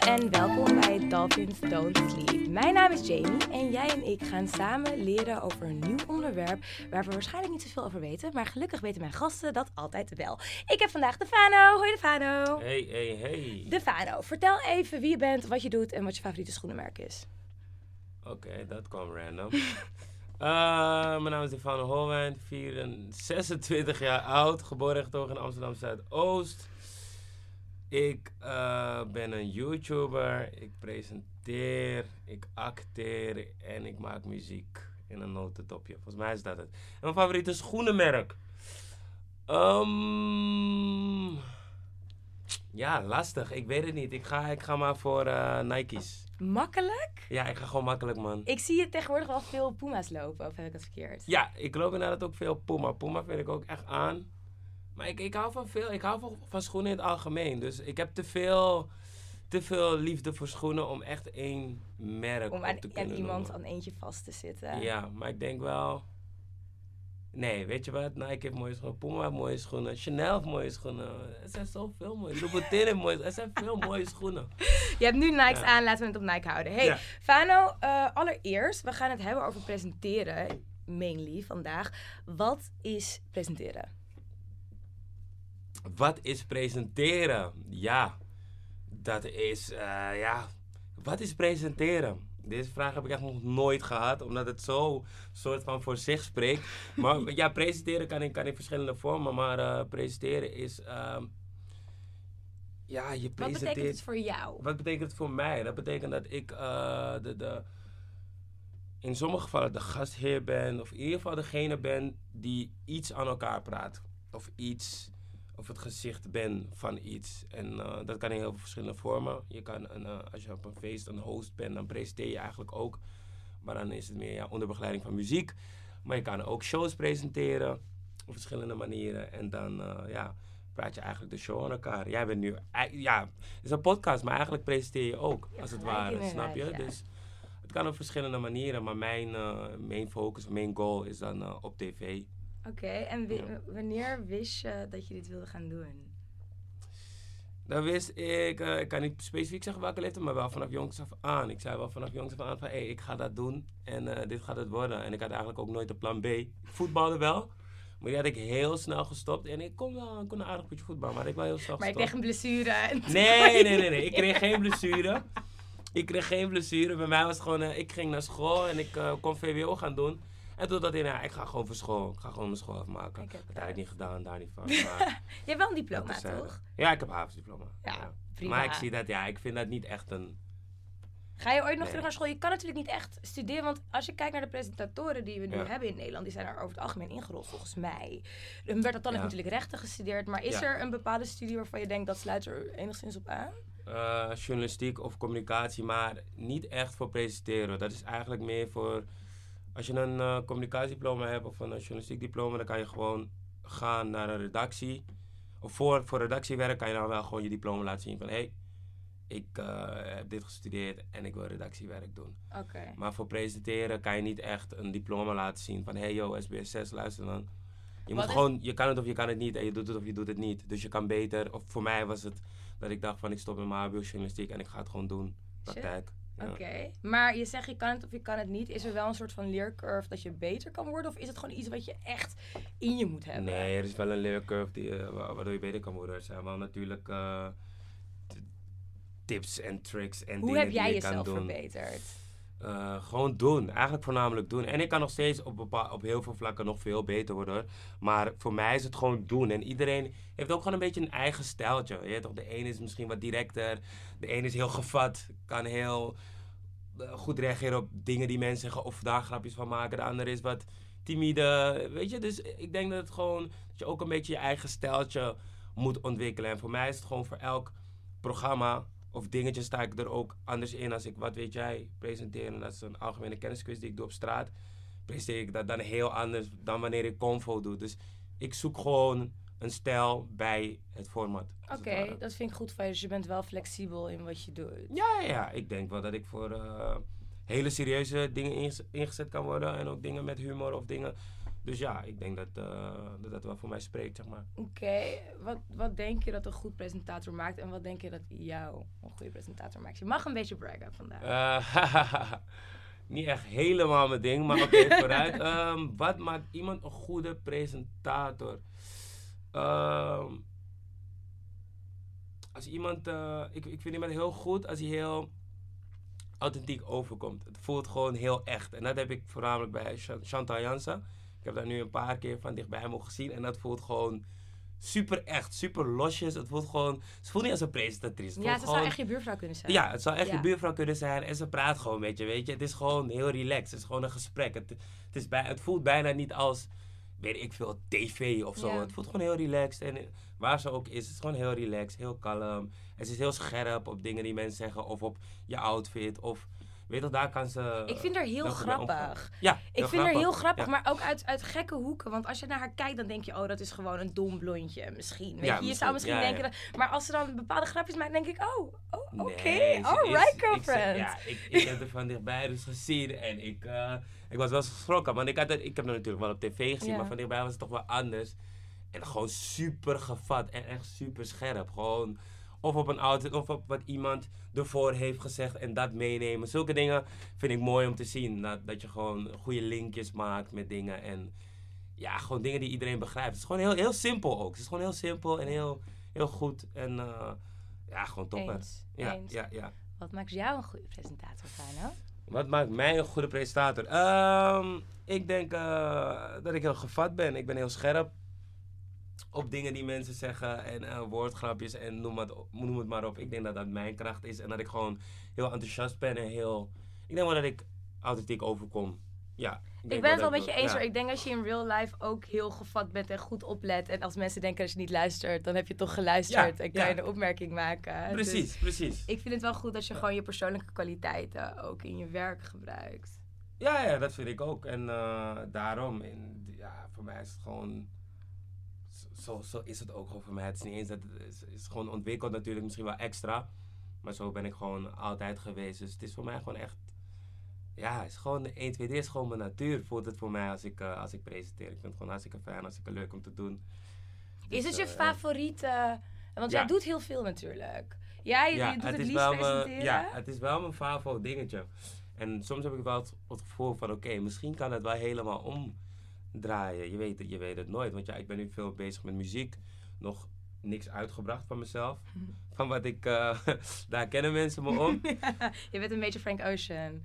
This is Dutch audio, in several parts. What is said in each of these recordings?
en welkom bij Dolphins Don't Sleep. Mijn naam is Jamie en jij en ik gaan samen leren over een nieuw onderwerp waar we waarschijnlijk niet zoveel over weten, maar gelukkig weten mijn gasten dat altijd wel. Ik heb vandaag Defano. Hoi Defano. Hey. Defano, vertel even wie je bent, wat je doet en wat je favoriete schoenenmerk is. Oké, dat kwam random. Mijn naam is Defano Holwijn, 26 jaar oud, geboren en getogen in Amsterdam Zuidoost. Ik ben een YouTuber, ik presenteer, ik acteer en ik maak muziek in een notendopje. Volgens mij is dat het. En mijn favoriete schoenenmerk? Ja, lastig. Ik weet het niet. Ik ga maar voor Nike's. Makkelijk? Ja, ik ga gewoon makkelijk, man. Ik zie je tegenwoordig wel veel Puma's lopen, of heb ik het verkeerd? Ja, ik loop inderdaad ook veel Puma. Puma vind ik ook echt aan. Maar ik hou van veel. Ik hou van schoenen in het algemeen. Dus ik heb te veel liefde voor schoenen om echt één merk Om op te kunnen aan iemand noemen. aan eentje vast te zitten. Ja, maar ik denk wel... Nee, weet je wat? Nike heeft mooie schoenen. Puma heeft mooie schoenen. Chanel heeft mooie schoenen. Er zijn zoveel mooie. Louboutin heeft mooie. Er zijn veel mooie schoenen. Je hebt nu Nike's aan, laten we het op Nike houden. Hey, Ja. Fano, allereerst, we gaan het hebben over presenteren, mainly vandaag. Wat is presenteren? Wat is presenteren? Ja, dat is, wat is presenteren? Deze vraag heb ik echt nog nooit gehad, omdat het zo soort van voor zich spreekt. Maar ja, presenteren kan in verschillende vormen, maar presenteren is, je presenteert... Wat betekent het voor jou? Wat betekent het voor mij? Dat betekent dat ik in sommige gevallen de gastheer ben, of in ieder geval degene ben die iets aan elkaar praat. Of het gezicht ben van iets. En dat kan in heel veel verschillende vormen. Je kan, als je op een feest een host bent, dan presenteer je eigenlijk ook. Maar dan is het meer onder begeleiding van muziek. Maar je kan ook shows presenteren op verschillende manieren. En dan praat je eigenlijk de show aan elkaar. Jij bent nu... het is een podcast, maar eigenlijk presenteer je ook, Ja, als het gelijk ware. inderdaad, Snap je? ja. Dus het kan op verschillende manieren. Maar mijn main focus, mijn goal is dan op tv. Oké, en wanneer wist je dat je dit wilde gaan doen? Dan wist ik, ik kan niet specifiek zeggen welke leeftijd, maar wel vanaf jongs af aan. Ik zei wel vanaf jongs af aan van, ik ga dat doen en dit gaat het worden. En ik had eigenlijk ook nooit een plan B. Ik voetbalde wel, maar die had ik heel snel gestopt. En ik kon een aardig beetje voetballen, maar ik wel heel snel Maar ik gestopt. kreeg een blessure. En Nee. Ik kreeg geen blessure. Bij mij was het gewoon, ik ging naar school en ik kon VWO gaan doen. En toen dacht ik ga gewoon voor school. Ik ga gewoon mijn school afmaken. Ik heb Dat had ik niet gedaan, daar niet van. Maar je hebt wel een diploma, dat is, toch? Ja, ik heb HAVO-diploma. Ja, prima. Maar ik zie dat, ik vind dat niet echt een... Ga je ooit nog Nee. terug naar school? Je kan natuurlijk niet echt studeren, want als je kijkt naar de presentatoren die we nu hebben in Nederland, die zijn er over het algemeen ingerold, volgens mij. Humberto Tan heeft natuurlijk rechten gestudeerd, maar is er een bepaalde studie waarvan je denkt dat sluit er enigszins op aan? Journalistiek of communicatie, maar niet echt voor presenteren. Dat is eigenlijk meer voor... Als je een communicatiediploma hebt of een journalistiek diploma, dan kan je gewoon gaan naar een redactie. Of voor redactiewerk kan je dan wel gewoon je diploma laten zien van... ik heb dit gestudeerd en ik wil redactiewerk doen. Oké. Maar voor presenteren kan je niet echt een diploma laten zien van... SBS 6, luister dan. Je kan het of je kan het niet en je doet het of je doet het niet. Dus je kan beter... Of voor mij was het dat ik dacht van ik stop met mijn HBO-journalistiek en ik ga het gewoon doen. Praktijk. Ja. Oké. Maar je zegt je kan het of je kan het niet. Is er wel een soort van leercurve dat je beter kan worden? Of is het gewoon iets wat je echt in je moet hebben? Nee, er is wel een leercurve waardoor je beter kan worden. Er zijn wel natuurlijk tips en tricks en Hoe dingen heb jij die je kan jezelf doen. verbeterd? Gewoon doen. Eigenlijk voornamelijk doen. En ik kan nog steeds op heel veel vlakken nog veel beter worden. Hoor. Maar voor mij is het gewoon doen. En iedereen heeft ook gewoon een beetje een eigen stijltje. Je weet toch, de ene is misschien wat directer. De ene is heel gevat. Kan heel goed reageren op dingen die mensen zeggen. Of daar grapjes van maken. De andere is wat timide. Weet je, dus ik denk dat dat je ook een beetje je eigen stijltje moet ontwikkelen. En voor mij is het gewoon voor elk programma of dingetjes sta ik er ook anders in als ik, wat weet jij, presenteer. En dat is een algemene kennisquiz die ik doe op straat. Presenteer ik dat dan heel anders dan wanneer ik convo doe. Dus ik zoek gewoon een stijl bij het format. Oké, dat vind ik goed van je. Dus je bent wel flexibel in wat je doet. Ja. Ik denk wel dat ik voor hele serieuze dingen ingezet kan worden. En ook dingen met humor of dingen Dus ja, ik denk dat dat wel voor mij spreekt, zeg maar. Oké, wat denk je dat een goed presentator maakt en wat denk je dat jou een goede presentator maakt? Je mag een beetje braggen vandaag. Niet echt helemaal mijn ding, maar oké, vooruit. Wat maakt iemand een goede presentator? Als iemand, ik vind iemand heel goed als hij heel authentiek overkomt. Het voelt gewoon heel echt. En dat heb ik voornamelijk bij Chantal Jansen. Ik heb daar nu een paar keer van dichtbij mogen zien. En dat voelt gewoon super echt, super losjes. Het voelt gewoon, ze voelt niet als een presentatrice. Ja, het zou echt je buurvrouw kunnen zijn. Ja, het zou echt je buurvrouw kunnen zijn. En ze praat gewoon met je, weet je. Het is gewoon heel relaxed. Het is gewoon een gesprek. Het voelt bijna niet als, weet ik veel, tv of zo. Ja. Het voelt gewoon heel relaxed. En waar ze ook is, het is gewoon heel relaxed, heel kalm. En ze is heel scherp op dingen die mensen zeggen. Of op je outfit. Of, weet je, daar kan ze... Ik vind haar heel wel goed mee omgaan. grappig. Ja, Ik vind haar heel grappig, ja. maar ook uit gekke hoeken. Want als je naar haar kijkt, dan denk je, oh, dat is gewoon een dom blondje. Misschien. Weet je zou misschien ja, denken... ja. Dat, maar als ze dan bepaalde grapjes maakt, denk ik, oké. Nee, Alright, girlfriend. Ik heb er van dichtbij dus gezien en ik was wel geschrokken. Want ik heb er natuurlijk wel op tv gezien, maar van dichtbij was het toch wel anders. En gewoon super gevat en echt super scherp. Gewoon of op een outfit of op wat iemand ervoor heeft gezegd en dat meenemen. Zulke dingen vind ik mooi om te zien. Dat je gewoon goede linkjes maakt met dingen en ja, gewoon dingen die iedereen begrijpt. Het is gewoon heel, heel simpel ook. Het is gewoon heel simpel en heel, heel goed en ja, gewoon topper. Eens. Ja. Wat maakt jou een goede presentator, Fano? Wat maakt mij een goede presentator? Ik denk dat ik heel gevat ben. Ik ben heel scherp op dingen die mensen zeggen en woordgrapjes en noem het maar op. Ik denk dat dat mijn kracht is en dat ik gewoon heel enthousiast ben en heel... Ik denk wel dat ik authentiek overkom. Ja. Ik ben het wel met je eens hoor. Ik denk als je in real life ook heel gevat bent en goed oplet. En als mensen denken dat je niet luistert, dan heb je toch geluisterd en kan je een opmerking maken. Precies. Ik vind het wel goed dat je gewoon je persoonlijke kwaliteiten ook in je werk gebruikt. Ja, dat vind ik ook. En daarom, voor mij is het gewoon... Zo is het ook gewoon voor mij. Het is niet eens dat het is gewoon ontwikkeld natuurlijk misschien wel extra. Maar zo ben ik gewoon altijd geweest. Dus het is voor mij gewoon echt... Ja, het is gewoon 1, 2, 3 is gewoon mijn natuur. Voelt het voor mij als ik presenteer. Ik vind het gewoon hartstikke fijn, hartstikke leuk om te doen. Dus, is het je favoriete... Want jij doet heel veel natuurlijk. Je doet het liefst presenteren. Ja, het is wel mijn favo dingetje. En soms heb ik wel het gevoel van oké, misschien kan het wel helemaal omdraaien. Je weet het nooit. Want ja, ik ben nu veel bezig met muziek. Nog niks uitgebracht van mezelf. Van wat ik... daar kennen mensen me om. Je bent een beetje Frank Ocean.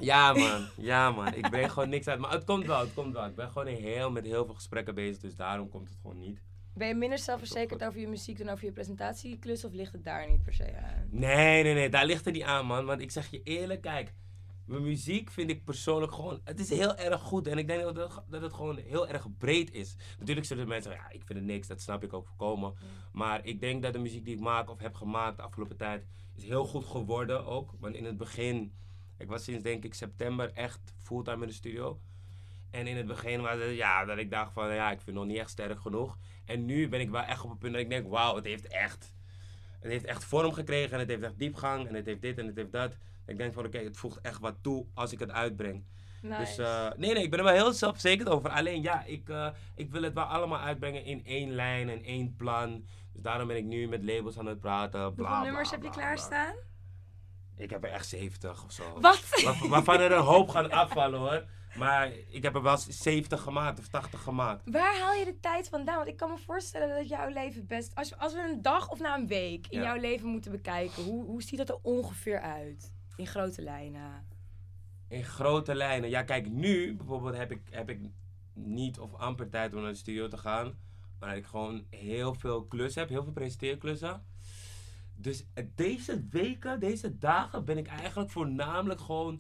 Ja man. Ik breng gewoon niks uit. Maar het komt wel. Ik ben gewoon met heel veel gesprekken bezig. Dus daarom komt het gewoon niet. Ben je minder zelfverzekerd over je muziek dan over je presentatieklus? Of ligt het daar niet per se aan? Nee. Daar ligt het niet aan, man. Want ik zeg je eerlijk, kijk. Mijn muziek vind ik persoonlijk gewoon... Het is heel erg goed. En ik denk dat het gewoon heel erg breed is. Natuurlijk zullen mensen zeggen... Ja, ik vind het niks. Dat snap ik ook voorkomen. Maar ik denk dat de muziek die ik maak of heb gemaakt de afgelopen tijd... is heel goed geworden ook. Want in het begin... Ik was sinds denk ik september echt fulltime in de studio. En in het begin was het dat ik dacht van... Ja, ik vind het nog niet echt sterk genoeg. En nu ben ik wel echt op het punt dat ik denk... Wauw, het heeft echt vorm gekregen. En het heeft echt diepgang. En het heeft dit en het heeft dat. Ik denk van oké, het voegt echt wat toe als ik het uitbreng. Nice. Dus nee, ik ben er wel heel zelfverzekerd over. Alleen ja, ik wil het wel allemaal uitbrengen in 1 lijn en 1 plan. Dus daarom ben ik nu met labels aan het praten. Hoeveel nummers heb je klaarstaan? Ik heb er echt 70 of zo. Wat? Waarvan er een hoop gaan afvallen hoor. Maar ik heb er wel 70 gemaakt of 80 gemaakt. Waar haal je de tijd vandaan? Want ik kan me voorstellen dat jouw leven best... Als we een dag of een week in jouw leven moeten bekijken... Hoe ziet dat er ongeveer uit? In grote lijnen. In grote lijnen. Ja, kijk, nu bijvoorbeeld heb ik niet of amper tijd om naar de studio te gaan. Maar dat ik gewoon heel veel klussen heb. Heel veel presenteerklussen. Dus deze weken, deze dagen ben ik eigenlijk voornamelijk gewoon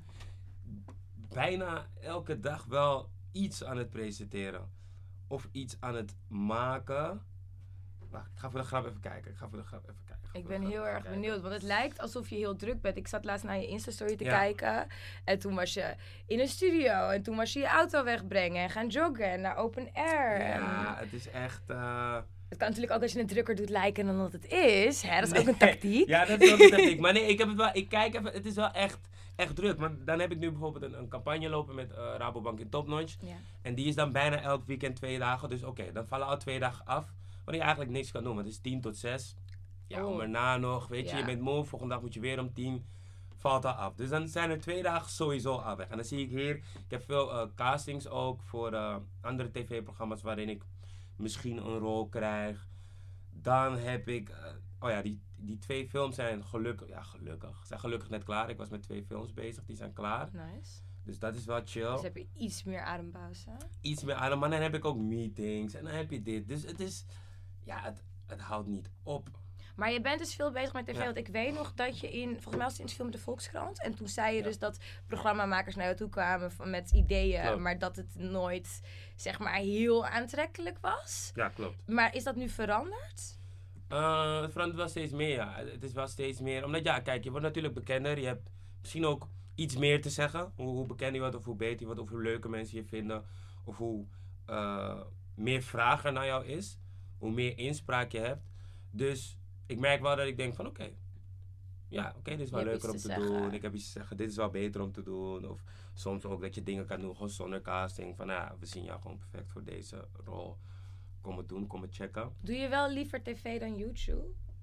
bijna elke dag wel iets aan het presenteren. Of iets aan het maken. Wacht, ik ga voor de grap even kijken. Ik ben heel erg benieuwd, want het lijkt alsof je heel druk bent. Ik zat laatst naar je Insta-story te kijken. En toen was je in een studio. En toen was je je auto wegbrengen en gaan joggen en naar open air. Ja, het is echt... Het kan natuurlijk ook als je het drukker doet lijken dan dat het is. Hè? Dat is ook een tactiek. Ja, dat is ook een tactiek. Maar nee, ik heb het wel... Ik kijk even... Het is wel echt... echt druk. Want dan heb ik nu bijvoorbeeld een campagne lopen met Rabobank in Topnotch. Ja. En die is dan bijna elk weekend 2 dagen. Dus oké, dan vallen al 2 dagen af. Wanneer je eigenlijk niks kan doen. Want het is 10 tot 6. Ja, Oh. om erna nog. Weet je, Ja. je bent moe. Volgende dag moet je weer om 10. Valt al af. Dus dan zijn er 2 dagen sowieso al weg. En dan zie ik hier. Ik heb veel castings ook voor andere tv-programma's waarin ik misschien een rol krijg. Dan heb ik. Die 2 films zijn gelukkig. Ja, gelukkig. Zijn gelukkig net klaar. Ik was met 2 films bezig. Die zijn klaar. Nice. Dus dat is wel chill. Dus heb je iets meer adempauze. Iets meer aan. Maar dan heb ik ook meetings. En dan heb je dit. Dus het is. Ja, het houdt niet op. Maar je bent dus veel bezig met tv. Ja. Want ik weet nog dat je volgens mij was het interview met de Volkskrant. En toen zei je Ja. dus dat programmamakers naar jou toe kwamen met ideeën. Klopt. Maar dat het nooit, zeg maar, heel aantrekkelijk was. Ja, klopt. Maar is dat nu veranderd? Het verandert wel steeds meer, ja. Het is wel steeds meer. Omdat, ja, kijk, je wordt natuurlijk bekender. Je hebt misschien ook iets meer te zeggen. Hoe bekender je wordt, of hoe beter je wordt, of hoe leuker mensen je vinden. Of hoe meer vragen naar jou is. Hoe meer inspraak je hebt. Dus ik merk wel dat ik denk van, oké, dit is wel Je hebt leuker om iets te te doen. zeggen. Ik heb iets te zeggen. Dit is wel beter om te doen. Of soms ook dat je dingen kan doen, gewoon zonder casting. Van, we zien jou gewoon perfect voor deze rol. Kom het doen, kom het checken. Doe je wel liever tv dan YouTube?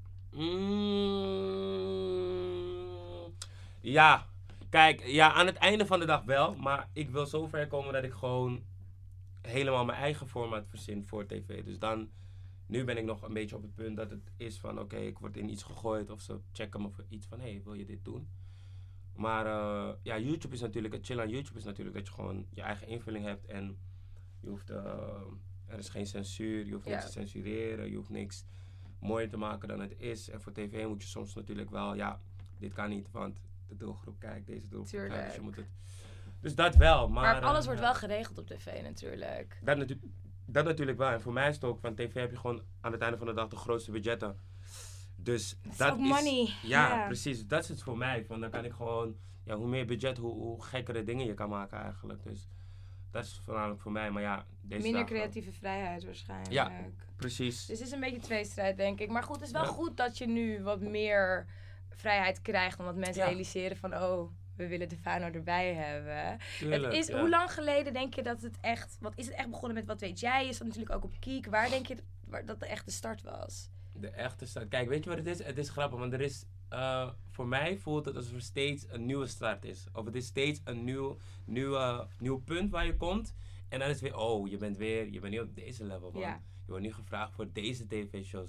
Ja, kijk, ja, aan het einde van de dag wel. Maar ik wil zo ver komen dat ik gewoon helemaal mijn eigen format verzin voor tv. Dus dan, nu ben ik nog een beetje op het punt dat het is van, oké, ik word in iets gegooid. Of ze checken me voor iets van, hey, wil je dit doen? Maar ja, YouTube is natuurlijk, het chill aan YouTube is natuurlijk dat je gewoon je eigen invulling hebt. En je hoeft, er is geen censuur, je hoeft niks te censureren, je hoeft niks mooier te maken dan het is. En voor tv moet je soms natuurlijk wel, ja, dit kan niet, want de doelgroep kijkt, deze doelgroep kijkt, dus je moet het. Dus dat wel, maar alles wordt wel geregeld op tv natuurlijk. Dat natuurlijk wel. En voor mij is het ook, van tv heb je gewoon aan het einde van de dag de grootste budgetten. Dus dat ook is money. Ja, precies. Dat is het voor mij. Van, dan kan ik gewoon, ja, hoe meer budget, hoe gekkere dingen je kan maken eigenlijk. Dus dat is voornamelijk voor mij. Maar ja, deze Minder dagen, creatieve vrijheid waarschijnlijk. Ja. precies. Dus het is een beetje tweestrijd, denk ik. Maar goed, het is wel Ja. goed dat je nu wat meer vrijheid krijgt. Omdat mensen Ja. realiseren van, oh, we willen de Fano erbij hebben. Tuurlijk, Het is, ja. Hoe lang geleden denk je dat het echt... Wat is het echt begonnen met Wat Weet Jij? Is dat natuurlijk ook op Kiek. Waar denk je dat de echte start was? De echte start. Kijk, weet je wat het is? Het is grappig, want er is... voor mij voelt het alsof er steeds een nieuwe start is. Of het is steeds een nieuw punt waar je komt. En dan is het weer, je bent nu op deze level, man. Ja. Je wordt nu gevraagd voor deze tv-shows.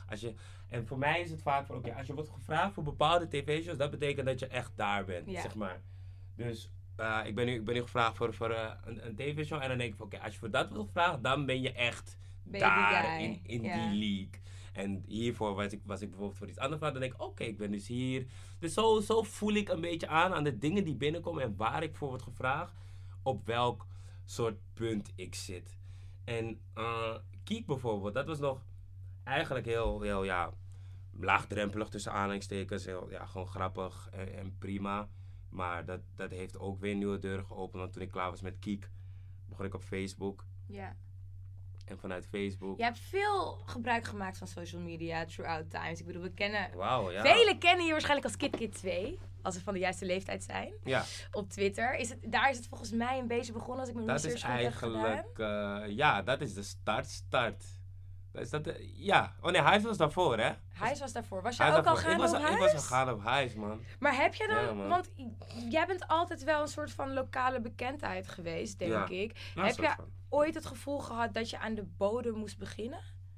En voor mij is het vaak van, als je wordt gevraagd voor bepaalde tv-shows, dat betekent dat je echt daar bent, Ja. zeg maar. Dus ik ben nu gevraagd voor een tv-show. En dan denk ik van, als je voor dat wordt gevraagd, dan ben je echt Ben je daar die guy. in Ja. die league. En hiervoor was ik bijvoorbeeld voor iets anders. Dan denk ik, ik ben dus hier. Dus zo voel ik een beetje aan de dingen die binnenkomen en waar ik voor word gevraagd. Op welk soort punt ik zit. En Kiek bijvoorbeeld, dat was nog eigenlijk heel laagdrempelig tussen aanhalingstekens. Gewoon grappig en prima. Maar dat heeft ook weer nieuwe deuren geopend. Want toen ik klaar was met Kiek, begon ik op Facebook. Ja. En vanuit Facebook... Je hebt veel gebruik gemaakt van social media throughout times. Ik bedoel, Wauw, ja. Velen kennen je waarschijnlijk als KitKit 2. Als ze van de juiste leeftijd zijn. Ja. Op Twitter. Daar is het volgens mij een beetje begonnen als ik mijn Dat is research goed heb gedaan. eigenlijk, dat is de start. Dat is dat, ja. Oh nee, Hives was daarvoor, hè? Hives was daarvoor. Was jij Hives ook al daarvoor. gaan op Ik Hives? was al gaan op Hives, man. Maar heb je dan, Ja, man. want jij bent altijd wel een soort van lokale bekendheid geweest, denk Ja. ik. Ja, Heb soort je van. ooit het gevoel gehad dat je aan de bodem moest beginnen?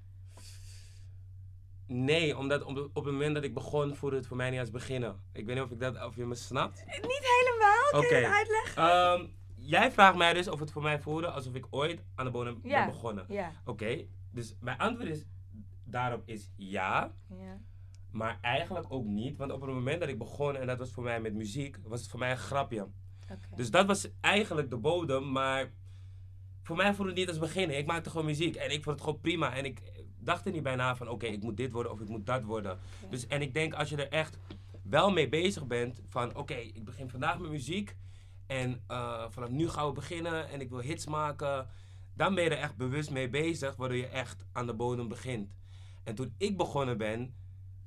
Nee, omdat op het moment dat ik begon, voelde het voor mij niet als beginnen. Ik weet niet of je me snapt. Niet helemaal, kun je Oké. het uitleggen? Jij vraagt mij dus of het voor mij voelde alsof ik ooit aan de bodem Ja. ben begonnen. Ja. Oké, dus mijn antwoord daarop is ja. Ja. Maar eigenlijk ook niet, want op het moment dat ik begon, en dat was voor mij met muziek, was het voor mij een grapje. Oké. Dus dat was eigenlijk de bodem, maar voor mij voelde het niet als beginnen. Ik maakte gewoon muziek en ik vond het gewoon prima. En ik dacht er niet bij na van, ik moet dit worden of ik moet dat worden. Oké. Dus, en ik denk als je er echt wel mee bezig bent van, ik begin vandaag met muziek. En vanaf nu gaan we beginnen en ik wil hits maken. Dan ben je er echt bewust mee bezig, waardoor je echt aan de bodem begint. En toen ik begonnen ben,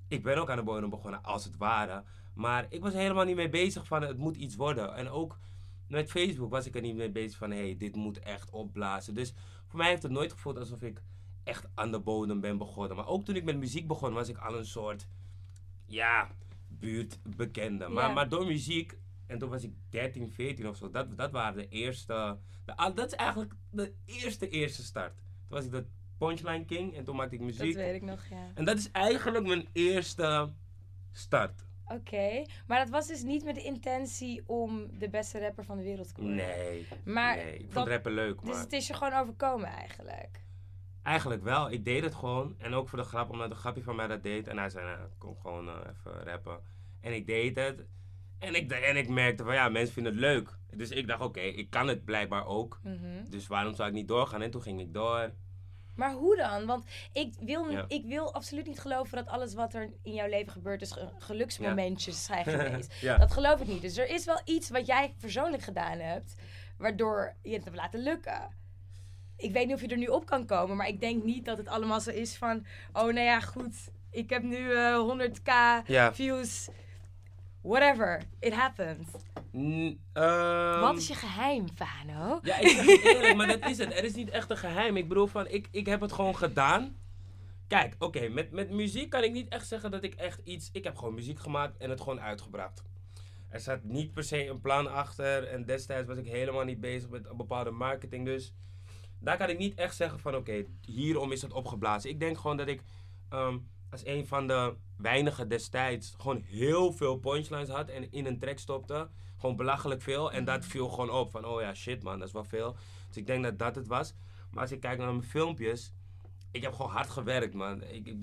ik ben ook aan de bodem begonnen, als het ware. Maar ik was helemaal niet mee bezig van het moet iets worden. En ook met Facebook was ik er niet mee bezig van hey, dit moet echt opblazen. Dus voor mij heeft het nooit gevoeld alsof ik echt aan de bodem ben begonnen. Maar ook toen ik met muziek begon, was ik al een soort, ja, buurtbekende. Ja. Maar door muziek, en toen was ik 13, 14 of zo, dat waren de eerste, dat is eigenlijk de eerste start. Toen was ik de Punchline King en toen maakte ik Dat muziek. weet ik nog, ja. En dat is eigenlijk mijn eerste start. Oké, maar dat was dus niet met de intentie om de beste rapper van de wereld te worden? Nee, Maar nee. Ik dat- vond rappen leuk, Dus maar het is je gewoon overkomen eigenlijk? eigenlijk wel. Ik deed het gewoon. En ook voor de grap, omdat een grapje van mij dat deed. En hij zei, nou, kom gewoon even rappen. En ik deed het. En ik merkte van, ja, mensen vinden het leuk. Dus ik dacht, oké, ik kan het blijkbaar ook. Mhm. Dus waarom zou ik niet doorgaan? En toen ging ik door. Maar hoe dan? Want Ja. ik wil absoluut niet geloven dat alles wat er in jouw leven gebeurt dus geluksmomentjes zijn geweest. Ja. Dat geloof ik niet. Dus er is wel iets wat jij persoonlijk gedaan hebt, waardoor je het hebt laten lukken. Ik weet niet of je er nu op kan komen, maar ik denk niet dat het allemaal zo is van, oh nou ja, goed, ik heb nu 100k Ja. views, whatever, it happened. Wat is je geheim, Fano? Ja, ik zeg het eerlijk, maar dat is het. Er is niet echt een geheim. Ik bedoel van, ik heb het gewoon gedaan. Kijk, oké, met muziek kan ik niet echt zeggen dat ik echt iets... Ik heb gewoon muziek gemaakt en het gewoon uitgebracht. Er zat niet per se een plan achter. En destijds was ik helemaal niet bezig met een bepaalde marketing. Dus daar kan ik niet echt zeggen van, oké, hierom is het opgeblazen. Ik denk gewoon dat ik als een van de weinigen destijds gewoon heel veel punchlines had en in een track stopte. Gewoon belachelijk veel. En dat viel gewoon op van, oh ja, shit man, dat is wel veel. Dus ik denk dat dat het was. Maar als ik kijk naar mijn filmpjes, ik heb gewoon hard gewerkt, man.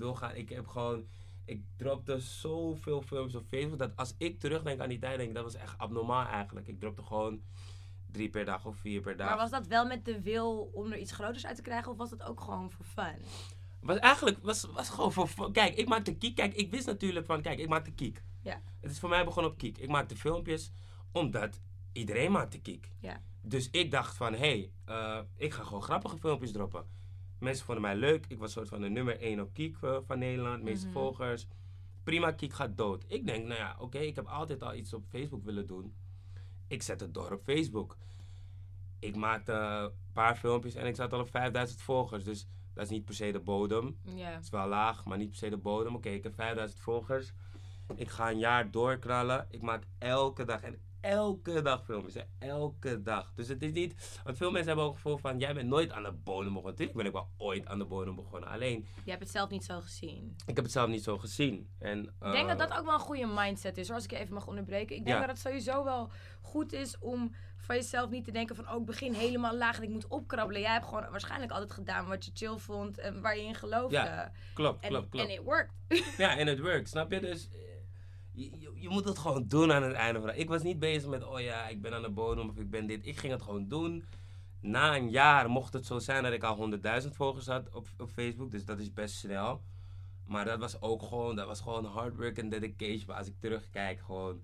Ik dropte zoveel filmpjes op Facebook, dat als ik terugdenk aan die tijd, denk ik, dat was echt abnormaal eigenlijk. Ik dropte gewoon 3 per dag of 4 per dag. Maar was dat wel met de wil om er iets groters uit te krijgen, of was dat ook gewoon voor fun? Was gewoon voor... Kijk, ik maakte Kiek. Kijk, ik wist natuurlijk van... Kijk, ik maakte Kiek. Ja. Het is voor mij begonnen op Kiek. Ik maakte filmpjes omdat iedereen maakte Kiek. Ja. Dus ik dacht van... ik ga gewoon grappige filmpjes droppen. Mensen vonden mij leuk. Ik was soort van de nummer 1 op Kiek van Nederland. Meeste volgers. Prima, Kiek gaat dood. Ik denk, nou ja, oké, ik heb altijd al iets op Facebook willen doen. Ik zet het door op Facebook. Ik maakte een paar filmpjes en ik zat al op 5000 volgers. Dus dat is niet per se de bodem. Ja. Het is wel laag, maar niet per se de bodem. Oké, ik heb 5000 volgers. Ik ga een jaar doorknallen. Ik maak elke dag filmpjes. Hè. Elke dag. Dus het is niet... Want veel mensen hebben ook het gevoel van... Jij bent nooit aan de bodem begonnen. Natuurlijk ben ik wel ooit aan de bodem begonnen. Alleen, Je hebt het zelf niet zo gezien. ik heb het zelf niet zo gezien. En, Ik denk dat dat ook wel een goede mindset is, hoor, als ik je even mag onderbreken. Ik denk dat het sowieso wel goed is om van jezelf niet te denken van, oh, ik begin helemaal laag en ik moet opkrabbelen. Jij hebt gewoon waarschijnlijk altijd gedaan wat je chill vond en waar je in geloofde. Ja, klopt. En it worked. Ja, en het werkt, snap je? Dus je moet het gewoon doen aan het einde van de dag. Ik was niet bezig met, oh ja, ik ben aan de bodem of ik ben dit. Ik ging het gewoon doen. Na een jaar mocht het zo zijn dat ik al 100.000 volgers had op Facebook. Dus dat is best snel. Maar dat was gewoon hard work en dedication. Maar als ik terugkijk, gewoon...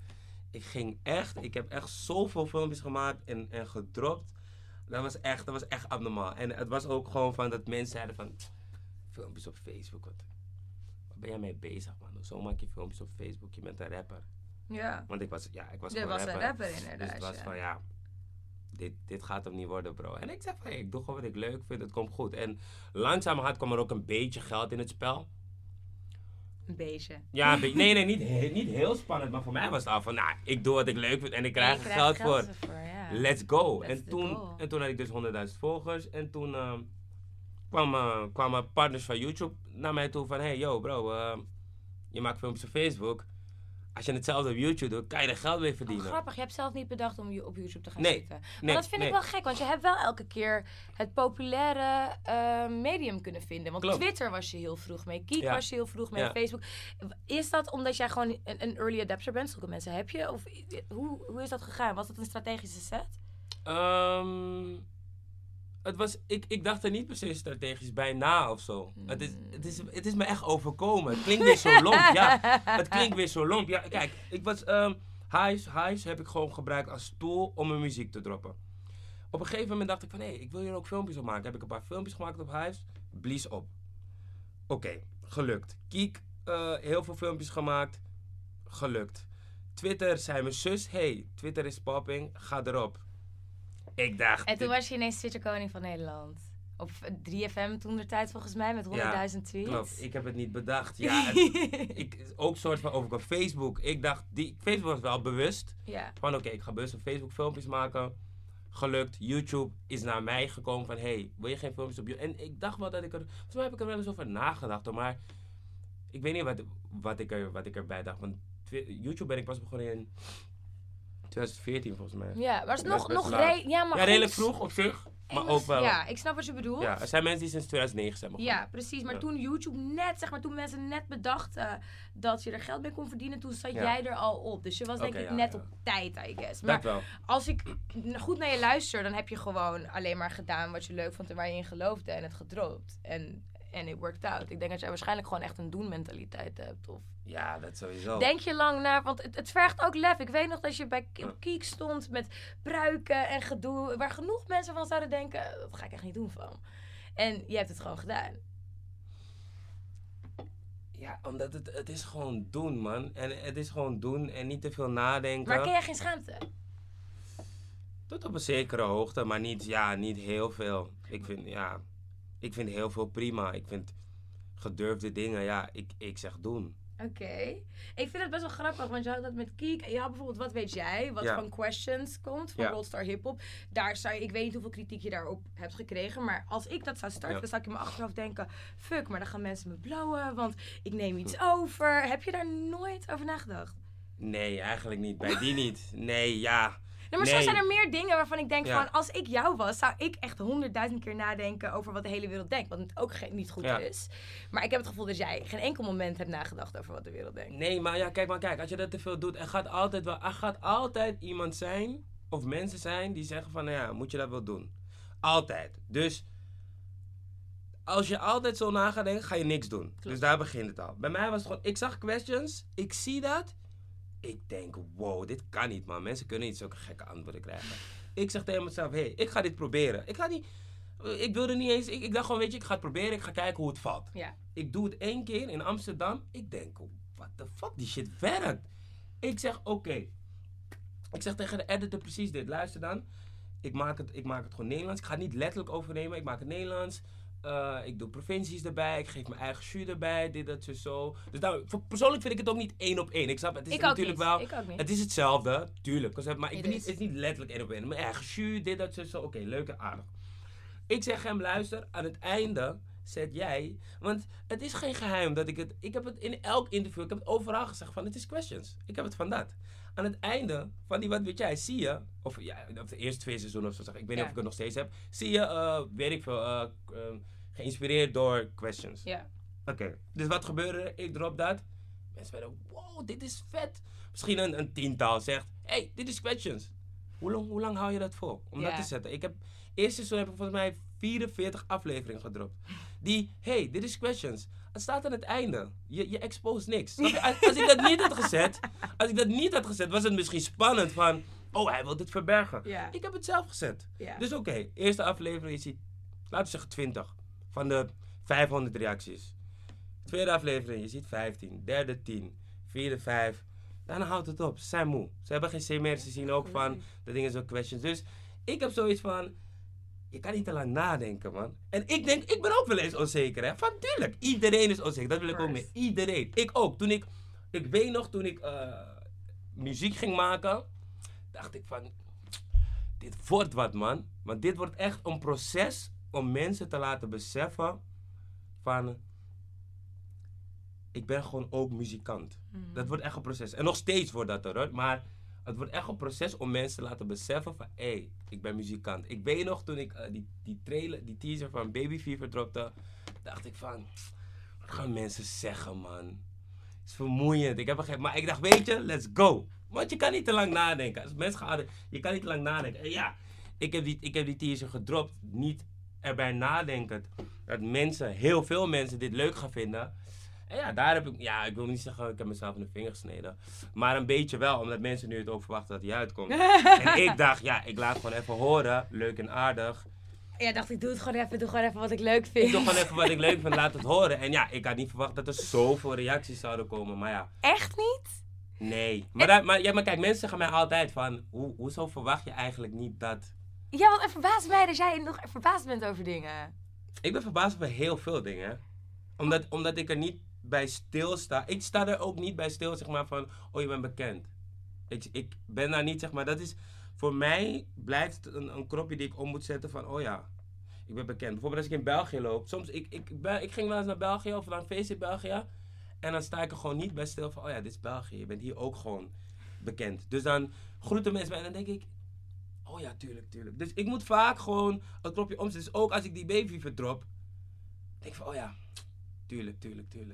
Ik heb echt zoveel filmpjes gemaakt en gedropt. Dat was echt abnormaal. En het was ook gewoon van dat mensen zeiden van... Filmpjes op Facebook, wat ben jij mee bezig, man? Zo maak je filmpjes op Facebook, je bent een rapper. Ja. Want ik was Je gewoon was rapper. een rapper inderdaad. Dus het was van, ja, dit gaat hem niet worden, bro. En ik zei van, hey, ik doe gewoon wat ik leuk vind, het komt goed. En langzamerhand kwam er ook een beetje geld in het spel. Een beetje. Ja, nee, niet heel spannend. Maar voor mij was het al van, nou, ik doe wat ik leuk vind en ik krijg er geld voor. Ja. Let's go. That's the goal. En toen had ik dus 100.000 volgers. En toen kwamen partners van YouTube naar mij toe van... Hey, yo bro, je maakt filmpjes op Facebook. Als je hetzelfde op YouTube doet, kan je er geld mee verdienen. Grappig, je hebt zelf niet bedacht om op YouTube te gaan Nee, zitten. Maar dat vind ik wel gek, want je hebt wel elke keer het populaire medium kunnen vinden. Want Klopt. Twitter was je heel vroeg mee, Kiek Ja. was je heel vroeg mee, Ja. Facebook. Is dat omdat jij gewoon een early adapter bent? Zulke mensen heb je? Of hoe is dat gegaan? Was dat een strategische set? Ik dacht er niet per se strategisch bij na of zo. Het is me echt overkomen. Het klinkt weer zo lomp. Ja, het klinkt weer zo lomp. Ja, kijk, ik was... Hives heb ik gewoon gebruikt als tool om mijn muziek te droppen. Op een gegeven moment dacht ik van... Hé, ik wil hier ook filmpjes op maken. Heb ik een paar filmpjes gemaakt op Hives. Blies op. Oké, gelukt. Kiek heel veel filmpjes gemaakt. Gelukt. Twitter zei mijn zus, hey, Twitter is popping, ga erop. Ik dacht... En toen was je ineens Twitterkoning van Nederland. Op 3FM toen de tijd volgens mij met 100.000 tweets. Klopt, ik heb het niet bedacht. Ja, ook soort van over op Facebook. Ik dacht, Facebook was wel bewust. Ja. Van oké, ik ga bewust op Facebook filmpjes maken. Gelukt. YouTube is naar mij gekomen van hey, wil je geen filmpjes op YouTube? En ik dacht wel dat ik er... Volgens mij heb ik er wel eens over nagedacht hoor, maar ik weet niet wat ik erbij dacht. Want YouTube ben ik pas begonnen in 2014 volgens mij. Ja, maar het is nog maar redelijk vroeg op zich. Maar ook wel. Ja, ik snap wat je bedoelt. Ja, er zijn mensen die sinds 2009 zijn begonnen. Ja, precies. Maar toen YouTube net, zeg maar, toen mensen net bedachten dat je er geld mee kon verdienen, toen zat jij er al op. Dus je was denk ik net op tijd, I guess. Maar dat wel. als ik goed naar je luister, dan heb je gewoon alleen maar gedaan wat je leuk vond en waar je in geloofde en het gedropt. En it worked out. Ik denk dat jij waarschijnlijk gewoon echt een doen-mentaliteit hebt. Of... Ja, dat sowieso. Denk je lang na, want het vergt ook lef. Ik weet nog dat je bij Kiek stond met pruiken en gedoe, waar genoeg mensen van zouden denken, dat ga ik echt niet doen van. En je hebt het gewoon gedaan. Ja, omdat het is gewoon doen, man. En het is gewoon doen en niet te veel nadenken. Maar ken jij geen schaamte? Tot op een zekere hoogte, maar niet heel veel. Ik vind heel veel prima. Ik vind gedurfde dingen, ik zeg doen. Oké. Ik vind het best wel grappig, want je had dat met Kiek. Je had bijvoorbeeld Wat Weet Jij, wat van Questions komt, van Roadstar Hip Hop. Ik weet niet hoeveel kritiek je daarop hebt gekregen, maar als ik dat zou starten, dan zou ik in mijn achterhoofd denken, fuck, maar dan gaan mensen me blowen, want ik neem iets over. Heb je daar nooit over nagedacht? Nee, eigenlijk niet. Bij die niet. Nee, ja. Nee, maar zo zijn er meer dingen waarvan ik denk van, als ik jou was, zou ik echt 100.000 keer nadenken over wat de hele wereld denkt. Wat het ook niet goed is. Maar ik heb het gevoel dat jij geen enkel moment hebt nagedacht over wat de wereld denkt. Nee, maar kijk, als je dat te veel doet, er gaat altijd iemand zijn, of mensen zijn, die zeggen van, nou ja, moet je dat wel doen? Altijd. Dus, als je altijd zo na gaat denken, ga je niks doen. Klopt. Dus daar begint het al. Bij mij was het gewoon, ik zag Questions, ik zie dat. Ik denk, wow, dit kan niet, man. Mensen kunnen niet zulke gekke antwoorden krijgen. Ik zeg tegen mezelf, hey, ik ga dit proberen. Ik wilde niet eens, ik dacht gewoon, weet je, ik ga het proberen. Ik ga kijken hoe het valt. Ja. Ik doe het 1 keer in Amsterdam. Ik denk, what the fuck, die shit werkt. Ik zeg, oké. Ik zeg tegen de editor precies dit. Luister dan. Ik maak het gewoon Nederlands. Ik ga het niet letterlijk overnemen. Ik maak het Nederlands. Ik doe provincies erbij, ik geef mijn eigen jus erbij, dit, dat, zo. Dus nou, persoonlijk vind ik het ook niet 1 op 1. Ik snap, het is natuurlijk wel, het is hetzelfde, tuurlijk. Maar het is niet letterlijk 1 op 1. Mijn eigen jus, dit, dat, zo. Oké, leuk en aardig. Ik zeg hem, luister, aan het einde zet jij, want het is geen geheim dat ik heb het in elk interview, ik heb het overal gezegd van, het is Questions. Ik heb het van dat. Aan het einde van die Wat Weet Jij, zie je, of de eerste 2 seizoenen of zo, zeg ik weet niet of ik het nog steeds heb, zie je, weet ik veel, geïnspireerd door Questions. Ja. Oké, dus wat gebeurde? Ik drop dat. Mensen werden, wow, dit is vet. Misschien een 10-tal zegt, hey, dit is Questions. Hoe lang hou je dat vol om dat te zetten? Eerste seizoen heb ik volgens mij 44 afleveringen gedropt. Hey, dit is Questions. Het staat aan het einde. Je expose niks. Als ik dat niet had gezet, was het misschien spannend van, oh, hij wil dit verbergen. Yeah. Ik heb het zelf gezet. Yeah. Dus oké, eerste aflevering, je ziet, laten we zeggen 20 van de 500 reacties. Tweede aflevering, je ziet 15. Derde 10. Vierde 5. Daarna houdt het op. Ze zijn moe. Ze hebben geen zin meer. Ze zien ook van, de dingen zo Questions. Dus ik heb zoiets van, je kan niet te lang nadenken, man. En ik denk, ik ben ook wel eens onzeker, hè. Van, tuurlijk, iedereen is onzeker. Dat wil ik ook mee. Iedereen. Ik ook. Ik weet nog, toen ik muziek ging maken, dacht ik van, dit wordt wat, man. Want dit wordt echt een proces om mensen te laten beseffen van, ik ben gewoon ook muzikant. Mm-hmm. Dat wordt echt een proces. En nog steeds wordt dat er, hoor. Maar het wordt echt een proces om mensen te laten beseffen van, hé, ik ben muzikant. Ik weet nog, toen ik die teaser van Baby Fever dropte, dacht ik van, wat gaan mensen zeggen, man? Het is vermoeiend. Maar ik dacht, weet je, let's go. Want je kan niet te lang nadenken. Als mensen gaan, je kan niet te lang nadenken. En ja, ik heb die teaser gedropt, niet erbij nadenkend dat heel veel mensen dit leuk gaan vinden. En ja, daar heb ik wil niet zeggen, ik heb mezelf in de vinger gesneden. Maar een beetje wel, omdat mensen nu het ook verwachten dat hij uitkomt. En ik dacht, ik laat gewoon even horen, leuk en aardig. Ja, dacht ik, doe gewoon even wat ik leuk vind. Ik doe gewoon even wat ik leuk vind, laat het horen. En ja, ik had niet verwacht dat er zoveel reacties zouden komen, maar ja. Echt niet? Nee. Maar kijk, mensen zeggen mij altijd van, hoezo verwacht je eigenlijk niet dat... Ja, want het verbaast mij dat jij nog verbaasd bent over dingen. Ik ben verbaasd over heel veel dingen. Omdat ik er niet bij stilsta. Ik sta er ook niet bij stil, zeg maar, van, oh, je bent bekend. Ik ben daar niet, zeg maar, dat is... Voor mij blijft het een knopje die ik om moet zetten van, oh ja, ik ben bekend. Bijvoorbeeld als ik in België loop. Soms, ik ging wel eens naar België of naar een feest in België. En dan sta ik er gewoon niet bij stil van, oh ja, dit is België. Je bent hier ook gewoon bekend. Dus dan groeten mensen mij en dan denk ik, oh ja, tuurlijk. Dus ik moet vaak gewoon een knopje omzetten. Dus ook als ik die baby drop, denk ik van, oh ja, tuurlijk.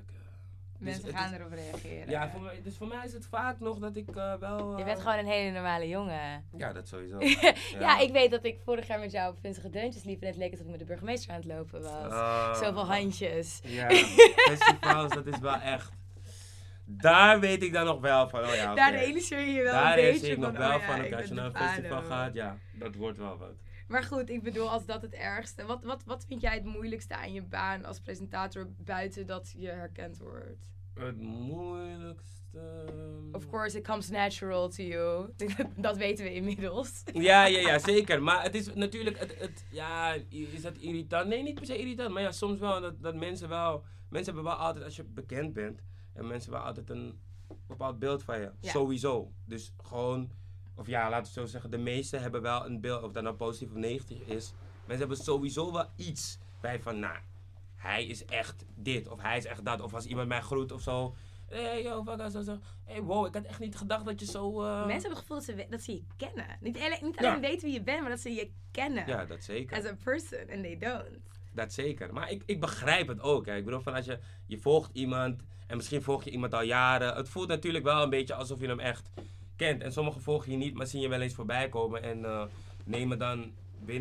Mensen gaan erop reageren. Ja, dus voor mij is het vaak nog dat ik wel... Je bent gewoon een hele normale jongen. Ja, dat sowieso. Ja, ik weet dat ik vorig jaar met jou op Vinsige Deuntjes liep. En het leek alsof ik met de burgemeester aan het lopen was. Zoveel handjes. Ja, festivals, dat is wel echt... Daar weet ik dan nog wel van, oh ja, Daar realiseer je je wel daar een beetje zie ik nog van, wel oh ja, van, ik als je ben naar de een festival Fano. gaat, ja, dat wordt wel wat. Maar goed, ik bedoel, als dat het ergste... Wat vind jij het moeilijkste aan je baan als presentator buiten dat je herkend wordt? Het moeilijkste... Of course, it comes natural to you. Dat weten we inmiddels. Ja, zeker. Maar het is natuurlijk, ja, is dat irritant? Nee, niet per se irritant. Maar ja, soms wel dat mensen wel... Mensen hebben wel altijd, als je bekend bent... En mensen wel altijd een bepaald beeld van je. Ja. Sowieso. Dus gewoon... Of ja, laten we zo zeggen. De meesten hebben wel een beeld. Of dat nou positief of negatief is. Mensen hebben sowieso wel iets bij van... Nou, hij is echt dit. Of hij is echt dat. Of als iemand mij groet of zo... Hey, yo, wat zo. Hey, wow, ik had echt niet gedacht dat je zo... Mensen hebben het gevoel dat ze je kennen. Niet alleen weten wie je bent, maar dat ze je kennen. Ja, dat zeker. As a person, and they don't. Dat zeker. Maar ik begrijp het ook. Hè. Ik bedoel, van als je volgt iemand... En misschien volg je iemand al jaren. Het voelt natuurlijk wel een beetje alsof je hem echt kent. En sommigen volgen je niet, maar zien je wel eens voorbij komen. En nemen dan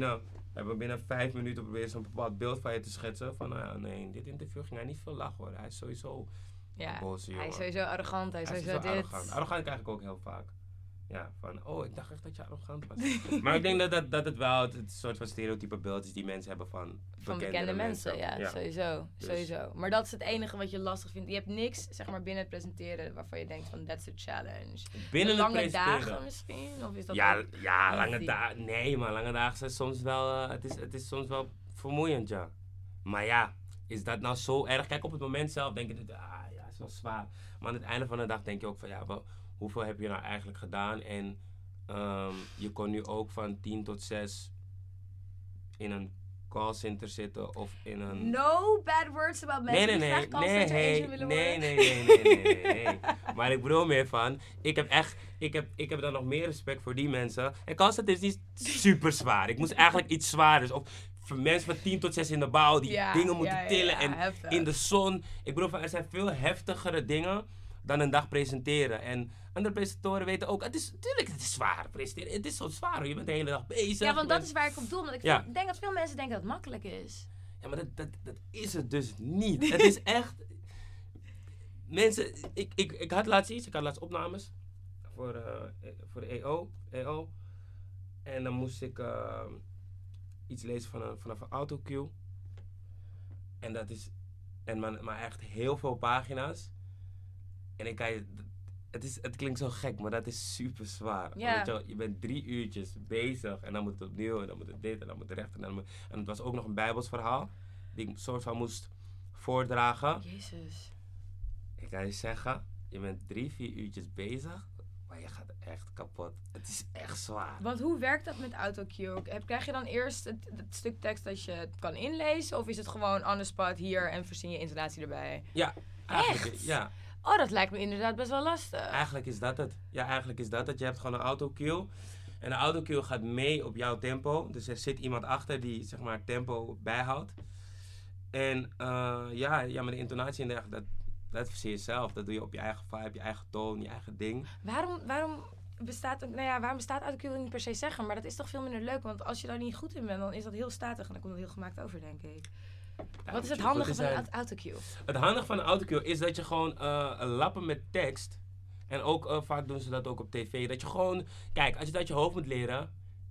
binnen 5 minuten proberen ze een bepaald beeld van je te schetsen. Van, nou ja, nee, in dit interview ging hij niet veel lachen hoor. Hij is sowieso... Ja, boze, hij is sowieso arrogant, hij is sowieso dit. Arrogant krijg ik ook heel vaak. Ja, van, oh, ik dacht echt dat je arrogant was. Maar ik denk dat het wel het soort van stereotype beeld is die mensen hebben van bekende mensen. Ja, sowieso. Dus. Sowieso. Maar dat is het enige wat je lastig vindt. Je hebt niks, zeg maar, binnen het presenteren waarvan je denkt van, that's a challenge. Binnen het lange presenteren. dagen misschien? Of is dat ja, lange dagen. Nee, maar lange dagen zijn soms wel, het is soms wel vermoeiend, ja. Maar ja, is dat nou zo erg? Kijk, op het moment zelf denk je, het is wel zwaar. Maar aan het einde van de dag denk je ook van, ja, hoeveel heb je nou eigenlijk gedaan? En je kon nu ook van 10 tot 6 in een callcenter zitten of in een... No bad words about mensen die graag callcenter agent willen worden. Nee. Maar ik bedoel meer van, ik heb dan nog meer respect voor die mensen. En callcenter is niet super zwaar. Ik moest eigenlijk iets zwaarders. Of voor mensen van 10 tot 6 in de bouw die dingen moeten tillen en heftig. In de zon. Ik bedoel, er zijn veel heftigere dingen dan een dag presenteren. En andere presentatoren weten ook, het is zwaar presenteren. Het is zo zwaar, je bent de hele dag bezig. Ja, want dat is waar ik op doel. Want ik denk dat veel mensen denken dat het makkelijk is. Ja, maar dat is het dus niet. Het is echt... Mensen, ik had laatst opnames voor de EO. En dan moest ik iets lezen vanaf een autocue. En dat is... Maar echt heel veel pagina's. En ik kan je... Het klinkt zo gek, maar dat is super zwaar. Ja. Je bent 3 uurtjes bezig en dan moet het opnieuw en dan moet het dit en dan moet het recht. En het was ook nog een Bijbels verhaal die ik soort van moest voordragen. Jezus. Ik kan je zeggen, je bent 3-4 uurtjes bezig, maar je gaat echt kapot. Het is echt zwaar. Want hoe werkt dat met autocue? Krijg je dan eerst het stuk tekst dat je het kan inlezen? Of is het gewoon on the spot hier en verzin je intonatie erbij? Ja. Echt? Ja. Oh, dat lijkt me inderdaad best wel lastig. Eigenlijk is dat het. Ja, eigenlijk is dat het. Je hebt gewoon een autocue. En de autocue gaat mee op jouw tempo. Dus er zit iemand achter die, zeg maar, tempo bijhoudt. En maar de intonatie en dergelijke, dat verzin je zelf. Dat doe je op je eigen vibe, je eigen toon, je eigen ding. Waarom bestaat autocue niet per se zeggen? Maar dat is toch veel minder leuk. Want als je daar niet goed in bent, dan is dat heel statig. En dan komt het heel gemaakt over, denk ik. Ja, wat is het handige van een autocue? Het handige van een autocue is dat je gewoon lappen met tekst. En ook vaak doen ze dat ook op tv. Dat je gewoon... Kijk, als je dat uit je hoofd moet leren...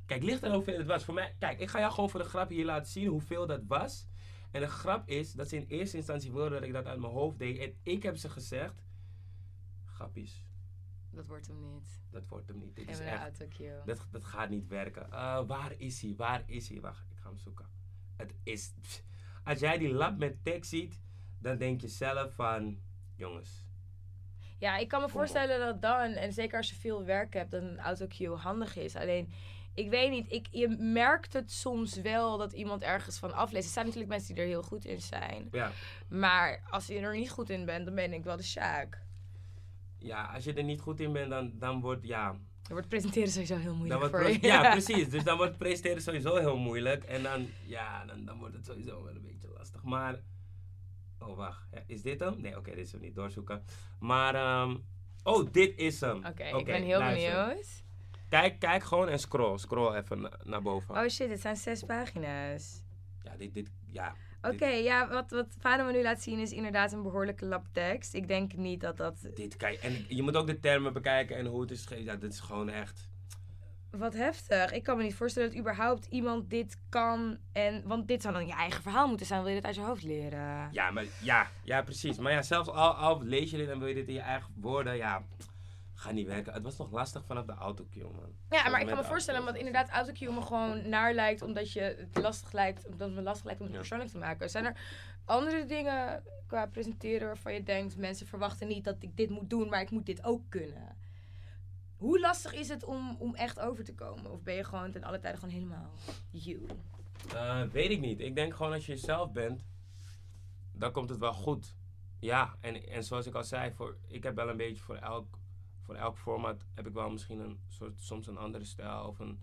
Kijk, ligt er hoeveel het was. Voor mij, kijk, ik ga jou gewoon voor de grap hier laten zien hoeveel dat was. En de grap is dat ze in eerste instantie wilden dat ik dat uit mijn hoofd deed. En ik heb ze gezegd, grappies, Dat wordt hem niet. dat wordt hem niet. Dit Geef is me een echt, autocue. dat gaat niet werken. Waar is hij? Waar is hij? Wacht, ik ga hem zoeken. Het is, als jij die lab met tekst ziet, dan denk je zelf van, jongens. Ja, ik kan me voorstellen dat dan, en zeker als je veel werk hebt, dat een autocue handig is. Alleen, ik weet niet, je merkt het soms wel dat iemand ergens van afleest. Er zijn natuurlijk mensen die er heel goed in zijn. Ja. Maar als je er niet goed in bent, dan ben ik wel de Sjaak. Ja, als je er niet goed in bent, dan wordt, ja... Dan wordt presenteren sowieso heel moeilijk Dan voor wordt je. ja, precies. Dus dan wordt presenteren sowieso heel moeilijk. En dan, ja, dan wordt het sowieso wel een beetje lastig. Maar, oh wacht, ja, is dit hem? Nee, oké, dit is hem niet, doorzoeken. Maar, oh, dit is hem. Oké, ik ben heel benieuwd. Kijk gewoon en scroll even naar boven. Oh shit, dit zijn 6 pagina's. Ja, dit, ja. Oké, ja, wat Fano me nu laat zien is inderdaad een behoorlijke lap tekst. Ik denk niet dat... Dit kan je, en je moet ook de termen bekijken en hoe het is geschreven. Ja, dit is gewoon echt... Wat heftig. Ik kan me niet voorstellen dat überhaupt iemand dit kan. Want dit zou dan je eigen verhaal moeten zijn. Wil je dit uit je hoofd leren? Ja, maar ja, precies. Maar ja, zelfs al lees je dit en wil je dit in je eigen woorden, ja, gaat niet werken. Het was nog lastig vanaf de autocue, man. Ja, maar ik kan me voorstellen dat inderdaad autocue me gewoon naar lijkt, omdat het lastig lijkt om het persoonlijk te maken. Zijn er andere dingen qua presenteren waarvan je denkt, mensen verwachten niet dat ik dit moet doen, maar ik moet dit ook kunnen? Hoe lastig is het om echt over te komen? Of ben je gewoon ten alle tijde gewoon helemaal you? Weet ik niet. Ik denk gewoon als je jezelf bent, dan komt het wel goed. Ja, en zoals ik al zei, ik heb wel een beetje voor elk format heb ik wel misschien soms een andere stijl of een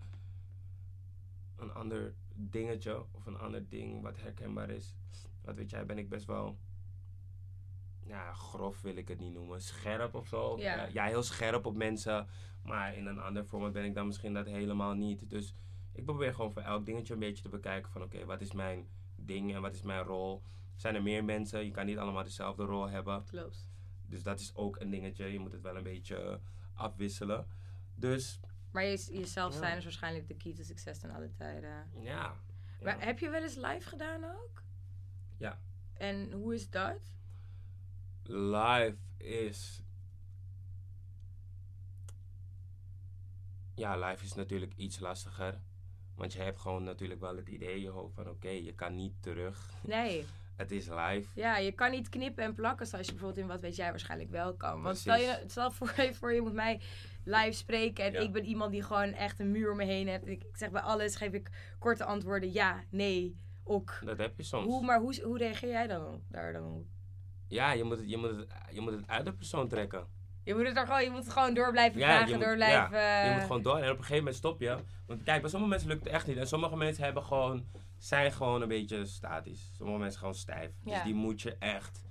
ander dingetje of een ander ding wat herkenbaar is. Wat weet jij, ben ik best wel, ja, grof wil ik het niet noemen, scherp of zo. Ja. Ja, heel scherp op mensen, maar in een ander format ben ik dan misschien dat helemaal niet. Dus ik probeer gewoon voor elk dingetje een beetje te bekijken van oké, wat is mijn ding en wat is mijn rol? Zijn er meer mensen? Je kan niet allemaal dezelfde rol hebben. Klopt. Dus dat is ook een dingetje. Je moet het wel een beetje afwisselen. Dus... Maar jezelf zijn is waarschijnlijk de key to succes ten alle tijden. Ja. Maar heb je wel eens live gedaan ook? Ja. En hoe is dat? Live is... Ja, live is natuurlijk iets lastiger. Want je hebt gewoon natuurlijk wel het idee in je hoofd van oké, je kan niet terug. Nee. Het is live. Ja, je kan niet knippen en plakken zoals je bijvoorbeeld in Wat Weet Jij waarschijnlijk wel kan. Want Precies. stel voor je moet mij live spreken en ik ben iemand die gewoon echt een muur om me heen heeft. Ik zeg bij alles, geef ik korte antwoorden, ja, nee, ook. Dat heb je soms. Maar hoe reageer jij daar dan op? Ja, je moet het uit de persoon trekken. Je moet het gewoon door blijven vragen, je moet gewoon door. En op een gegeven moment stop je. Want kijk, bij sommige mensen lukt het echt niet. En sommige mensen zijn gewoon een beetje statisch. Sommige mensen gewoon stijf. Ja. Dus die moet je echt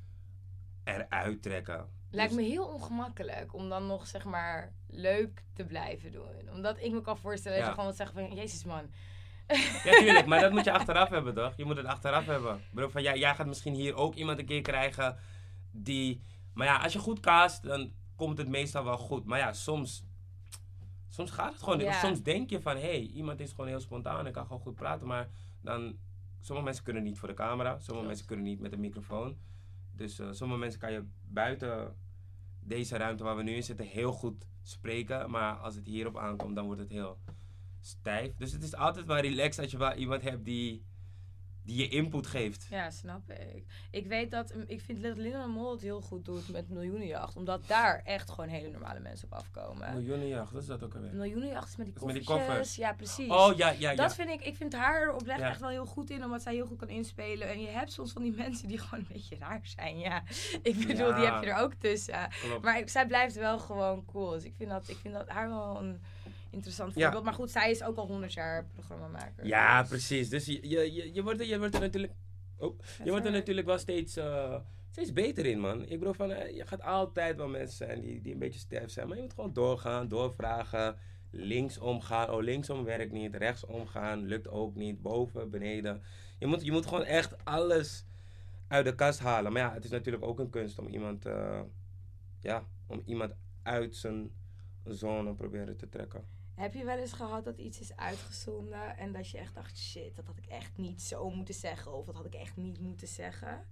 eruit trekken. Lijkt me heel ongemakkelijk om dan nog, zeg maar, leuk te blijven doen. Omdat ik me kan voorstellen dat je gewoon zegt van, jezus man. Ja, tuurlijk. Maar dat moet je achteraf hebben, toch? Je moet het achteraf hebben. Ik bedoel, van, jij gaat misschien hier ook iemand een keer krijgen die... Maar ja, als je goed cast, dan komt het meestal wel goed. Maar ja, soms gaat het gewoon niet. Of soms denk je van, hé, iemand is gewoon heel spontaan en kan gewoon goed praten. Maar dan, sommige mensen kunnen niet voor de camera. Sommige mensen kunnen niet met een microfoon. Dus sommige mensen kan je buiten deze ruimte waar we nu in zitten heel goed spreken. Maar als het hierop aankomt, dan wordt het heel stijf. Dus het is altijd wel relaxed als je wel iemand hebt die je input geeft. Ja, snap ik. Ik vind dat Linda Mol het heel goed doet met Miljoenenjacht. Omdat daar echt gewoon hele normale mensen op afkomen. Miljoenenjacht, wat is dat ook alweer? Miljoenenjacht is met die koffertjes. Met die koffers. Ja, precies. Oh, ja. Dat vind ik vind haar oprecht echt wel heel goed in. Omdat zij heel goed kan inspelen. En je hebt soms van die mensen die gewoon een beetje raar zijn. Ja, ik bedoel, die heb je er ook tussen. Klopt. Maar zij blijft wel gewoon cool. Dus ik vind dat haar wel een interessant voorbeeld. Maar goed, zij is ook al 100 jaar programmamaker. Ja, dus. Precies. Dus je wordt er natuurlijk... je wordt er natuurlijk wel steeds beter in, man. Ik bedoel van, je gaat altijd wel mensen zijn die een beetje stijf zijn. Maar je moet gewoon doorgaan, doorvragen. Linksom gaan. Oh, linksom werkt niet. Rechtsom gaan. Lukt ook niet. Boven, beneden. Je moet gewoon echt alles uit de kast halen. Maar ja, het is natuurlijk ook een kunst om iemand uit zijn zone proberen te trekken. Heb je wel eens gehad dat iets is uitgezonden en dat je echt dacht, shit, dat had ik echt niet zo moeten zeggen of dat had ik echt niet moeten zeggen?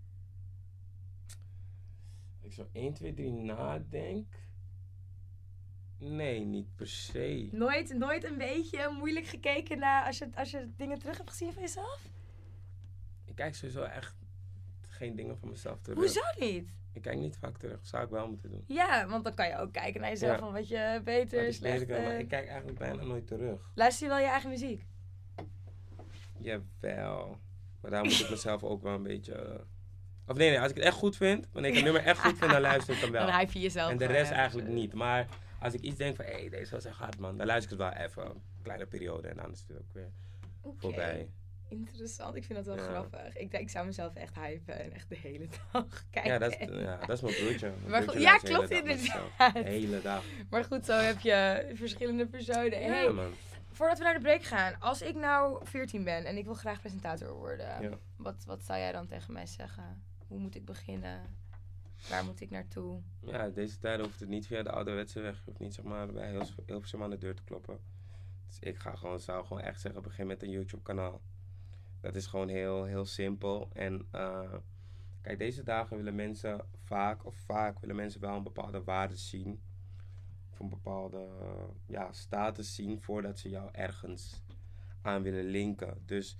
Ik zo 1, 2, 3 nadenk. Nee, niet per se. Nooit een beetje moeilijk gekeken naar als je dingen terug hebt gezien van jezelf? Ik kijk sowieso echt geen dingen van mezelf terug. Hoezo niet? Ik kijk niet vaak terug. Zou ik wel moeten doen. Ja, want dan kan je ook kijken naar jezelf van wat je beter, Dat is lelijk, maar slechter... ik kijk eigenlijk bijna nooit terug. Luister je wel je eigen muziek? Jawel. Maar daar moet ik mezelf ook wel een beetje... Of nee, als ik het echt goed vind, wanneer ik een nummer echt goed vind, dan luister ik hem wel. Dan hype je jezelf. En de rest eigenlijk niet. Maar als ik iets denk van, hé, deze was echt hard, man. Dan luister ik het wel even. Een kleine periode en dan is het ook weer voorbij. Interessant. Ik vind dat wel grappig. Ik zou mezelf echt hypen en echt de hele dag kijken. Ja, dat is mijn broertje. Ja, klopt inderdaad. De hele dag. Maar goed, zo heb je verschillende personen. Ja, Hey, man. voordat we naar de break gaan. Als ik nou 14 ben en ik wil graag presentator worden. Ja. Wat zou jij dan tegen mij zeggen? Hoe moet ik beginnen? Waar moet ik naartoe? Ja, deze tijden hoeft het niet via de ouderwetse weg. Je hoeft niet zeg maar bij heel veel aan de deur te kloppen. Dus ik zou gewoon echt zeggen, begin met een YouTube kanaal. Dat is gewoon heel, heel simpel. En kijk, deze dagen willen mensen vaak willen mensen wel een bepaalde waarde zien. Of een bepaalde status zien voordat ze jou ergens aan willen linken. Dus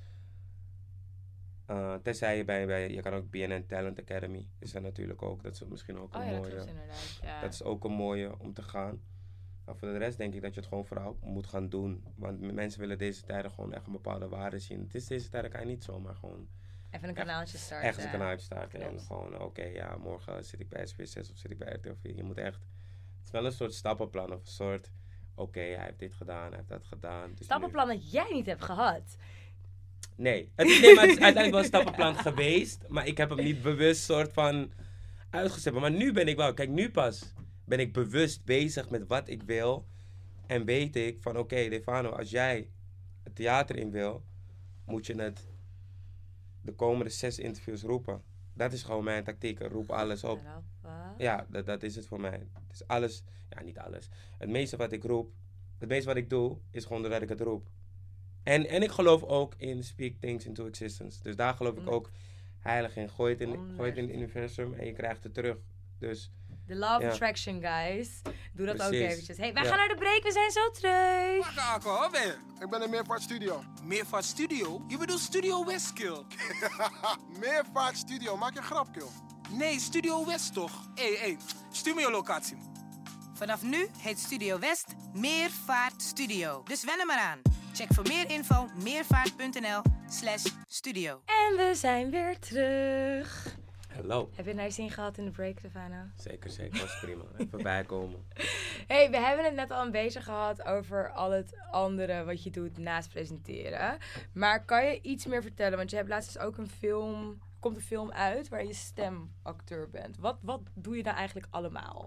tenzij je kan ook BNN Talent Academy. Is er natuurlijk ook. Dat is misschien ook een mooie. Dat inderdaad. Ja. Dat is ook een mooie om te gaan. Maar voor de rest denk ik dat je het gewoon vooral moet gaan doen. Want mensen willen deze tijden gewoon echt een bepaalde waarde zien. Het is deze tijden kan je niet zomaar gewoon... Even een kanaaltje starten. Echt een kanaaltje starten. En gewoon, morgen zit ik bij SBS6 of zit ik bij RTL 4. Je moet echt... Het is wel een soort stappenplan of een soort... hij heeft dit gedaan, hij heeft dat gedaan. Dus stappenplan dat jij niet hebt gehad. Nee, maar het is uiteindelijk wel een stappenplan geweest. Maar ik heb hem niet bewust soort van uitgezet. Maar nu ben ik wel... Kijk, nu pas ben ik bewust bezig met wat ik wil. En weet ik van Defano, als jij het theater in wil, moet je het de komende 6 interviews roepen. Dat is gewoon mijn tactiek. Roep alles op. Ja, dat is het voor mij. Het is alles... Ja, niet alles. Het meeste wat ik roep, het meeste wat ik doe, is gewoon doordat ik het roep. En ik geloof ook in speak things into existence. Dus daar geloof ik ook heilig in. Gooi het in het universum en je krijgt het terug. Dus... The law of attraction, guys. Doe dat Precies. ook eventjes. Hey, wij gaan naar de break. We zijn zo terug. Waar ben je? Ik ben in Meervaart Studio. Meervaart Studio? Je bedoelt Studio West, kill. Meervaart Studio. Maak je een grap, kill. Nee, Studio West toch? Hé, stuur me je locatie. Vanaf nu heet Studio West Meervaart Studio. Dus wen er maar aan. Check voor meer info meervaart.nl/studio. En we zijn weer terug. Hallo. Heb je naar je zin gehad in de break, Stefano? Zeker. Was prima. Even bijkomen. Hey, we hebben het net al een beetje gehad over al het andere wat je doet naast presenteren. Maar kan je iets meer vertellen? Want je hebt laatst dus ook komt een film uit waar je stemacteur bent. Wat doe je daar eigenlijk allemaal?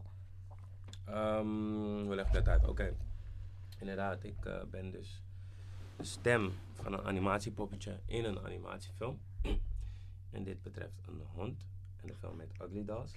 We leggen dat uit. Oké. Inderdaad, ik ben dus de stem van een animatiepoppetje in een animatiefilm. En dit betreft een hond. En de film heet Ugly Dolls.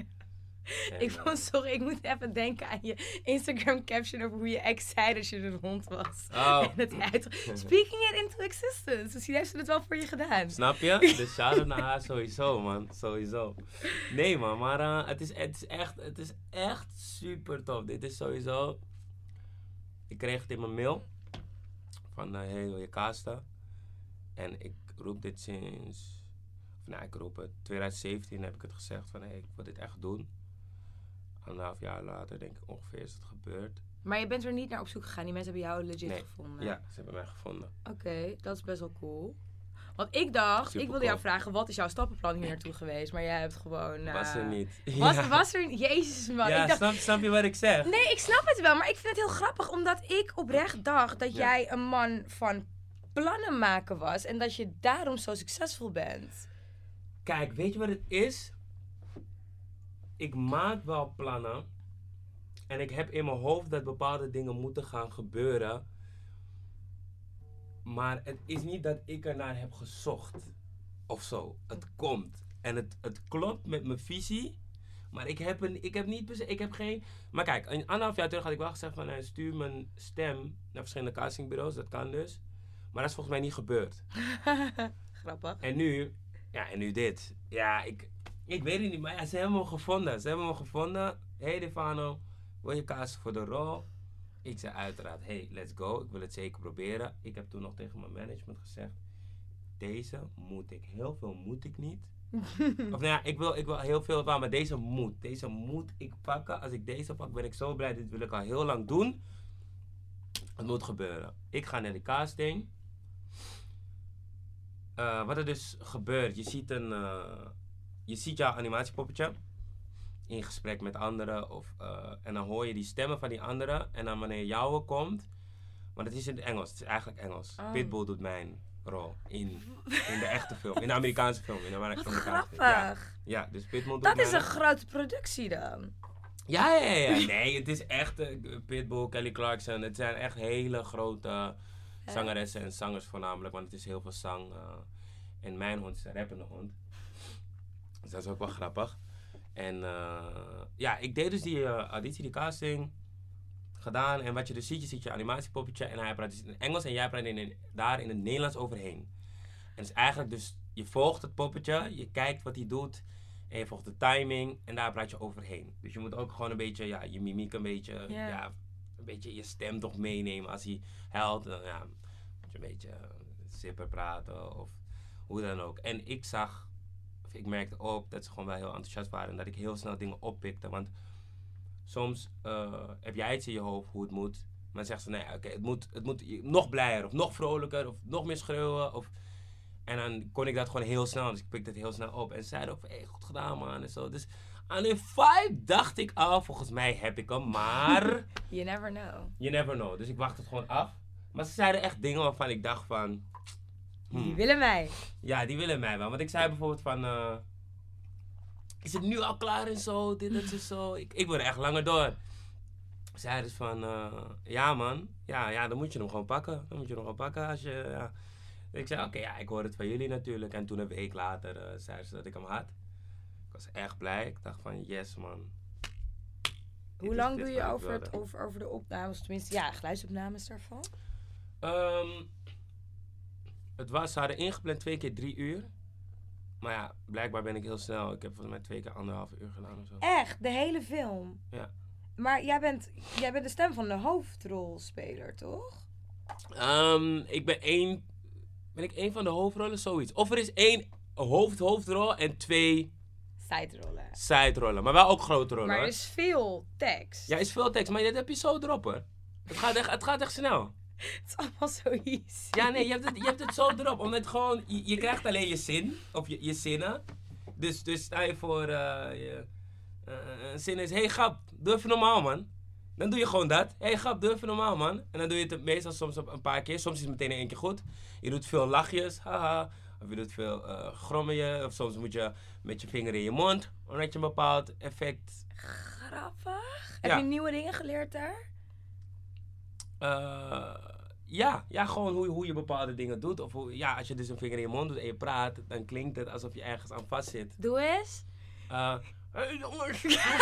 Ik moet even denken aan je Instagram caption over hoe je ex zei dat je een hond was. Oh. Speaking it into existence. Misschien heeft ze het wel voor je gedaan. Snap je? Dus shout-out naar haar sowieso, man. Sowieso. Nee, man. Maar het is echt super tof. Dit is sowieso... Ik kreeg het in mijn mail. Van, hey, wil je casten? En ik roep dit sinds... ik roep het. 2017 heb ik het gezegd van, hey, ik wil dit echt doen. 1,5 jaar later, denk ik ongeveer, is het gebeurd. Maar je bent er niet naar op zoek gegaan? Die mensen hebben jou legit gevonden? Ja, ze hebben mij gevonden. Oké, dat is best wel cool. Want ik dacht, ik wilde jou vragen, wat is jouw stappenplan hier naartoe geweest? Maar jij hebt gewoon... was er niet. Was er niet? Jezus, man. Ja, ik dacht, snap je wat ik zeg? Nee, ik snap het wel. Maar ik vind het heel grappig, omdat ik oprecht dacht dat jij een man van plannen maken was. En dat je daarom zo succesvol bent. Kijk, weet je wat het is? Ik maak wel plannen. En ik heb in mijn hoofd dat bepaalde dingen moeten gaan gebeuren. Maar het is niet dat ik ernaar heb gezocht. Of zo. Het komt. En het klopt met mijn visie. Maar ik heb niet per se, ik heb geen... Maar kijk, 1,5 jaar terug had ik wel gezegd van, stuur mijn stem naar verschillende castingbureaus. Dat kan dus. Maar dat is volgens mij niet gebeurd. Grappig. En nu dit. Ja, ik weet het niet, maar ja, ze hebben me gevonden. Hey Defano, wil je casten voor de rol? Ik zei uiteraard, hey, let's go. Ik wil het zeker proberen. Ik heb toen nog tegen mijn management gezegd, deze moet ik. Heel veel moet ik niet. Of nou ja, ik wil heel veel van, maar deze moet ik pakken. Als ik deze pak, ben ik zo blij. Dit wil ik al heel lang doen. Het moet gebeuren. Ik ga naar de casting. Wat er dus gebeurt, je ziet jouw animatiepoppetje in gesprek met anderen. En dan hoor je die stemmen van die anderen. En dan wanneer jouwe komt, want het is in het Engels, het is eigenlijk Engels. Oh. Pitbull doet mijn rol in de echte film, in de Amerikaanse film. Wat grappig. Ja, dus Pitbull doet Dat is mijn een grote productie dan. Ja. Nee, het is echt Pitbull, Kelly Clarkson. Het zijn echt hele grote zangeressen en zangers voornamelijk. Want het is heel veel zang. En mijn hond is een rappende hond. Dus dat is ook wel grappig. En ik deed dus die auditie, die casting gedaan. En wat je dus ziet, je ziet je animatiepoppetje. En hij praat dus in Engels en jij praat daar in het Nederlands overheen. En dus eigenlijk dus, je volgt het poppetje, je kijkt wat hij doet. En je volgt de timing en daar praat je overheen. Dus je moet ook gewoon een beetje, je mimiek een beetje, een beetje je stem toch meenemen. Als hij huilt, dan moet je een beetje zipper praten of hoe dan ook. En ik merkte ook dat ze gewoon wel heel enthousiast waren en dat ik heel snel dingen oppikte. Want soms heb jij iets in je hoofd hoe het moet, maar dan zegt ze, het moet nog blijer of nog vrolijker of nog meer schreeuwen. En dan kon ik dat gewoon heel snel. Dus ik pikte het heel snel op. En ze zeiden ook van, hey, goed gedaan man. En zo. Dus aan een vibe dacht ik al, volgens mij heb ik hem. Maar... You never know. You never know. Dus ik wacht het gewoon af. Maar ze zeiden echt dingen waarvan ik dacht van... Die willen mij. Ja, die willen mij wel. Want ik zei bijvoorbeeld van... is het nu al klaar en zo? Dit en zo. Ik wil er echt langer door. Ze zeiden dus van... ja man. Ja, dan moet je hem gewoon pakken. Als je... Ja. Ik zei, oké, ik hoor het van jullie natuurlijk. En toen een week later zeiden ze dat ik hem had. Ik was echt blij. Ik dacht van, yes man. Hoe lang doe je over de opnames? Tenminste, geluidsopnames daarvan? Ze hadden ingepland 2 keer 3 uur. Maar ja, blijkbaar ben ik heel snel. Ik heb volgens mij 2 keer 1,5 uur gedaan of zo. Echt? De hele film? Ja. Maar jij bent de stem van de hoofdrolspeler, toch? Ben ik één van de hoofdrollen? Zoiets. Of er is 1 hoofdrol en 2... Siderollen. Maar wel ook grote rollen. Maar er is veel tekst. Ja, is veel tekst. Maar dat heb je zo erop hoor. Het gaat echt snel. Het is allemaal zo easy. Ja, nee, je hebt het zo erop. Omdat het gewoon... Je krijgt alleen je zin. Of je zinnen. Dus sta je voor... een zin is... Hey grap, doe even normaal man. Dan doe je gewoon dat. Hey grap, doe even normaal man. En dan doe je het meestal soms op een paar keer. Soms is het meteen in 1 keer goed. Je doet veel lachjes. Haha. Of je doet veel grommen. Of soms moet je met je vinger in je mond. Omdat je een bepaald effect... Grappig. Heb je nieuwe dingen geleerd daar? Gewoon hoe je bepaalde dingen doet. Of als je dus een vinger in je mond doet en je praat, dan klinkt het alsof je ergens aan vast zit. Doe eens. Hey jongens,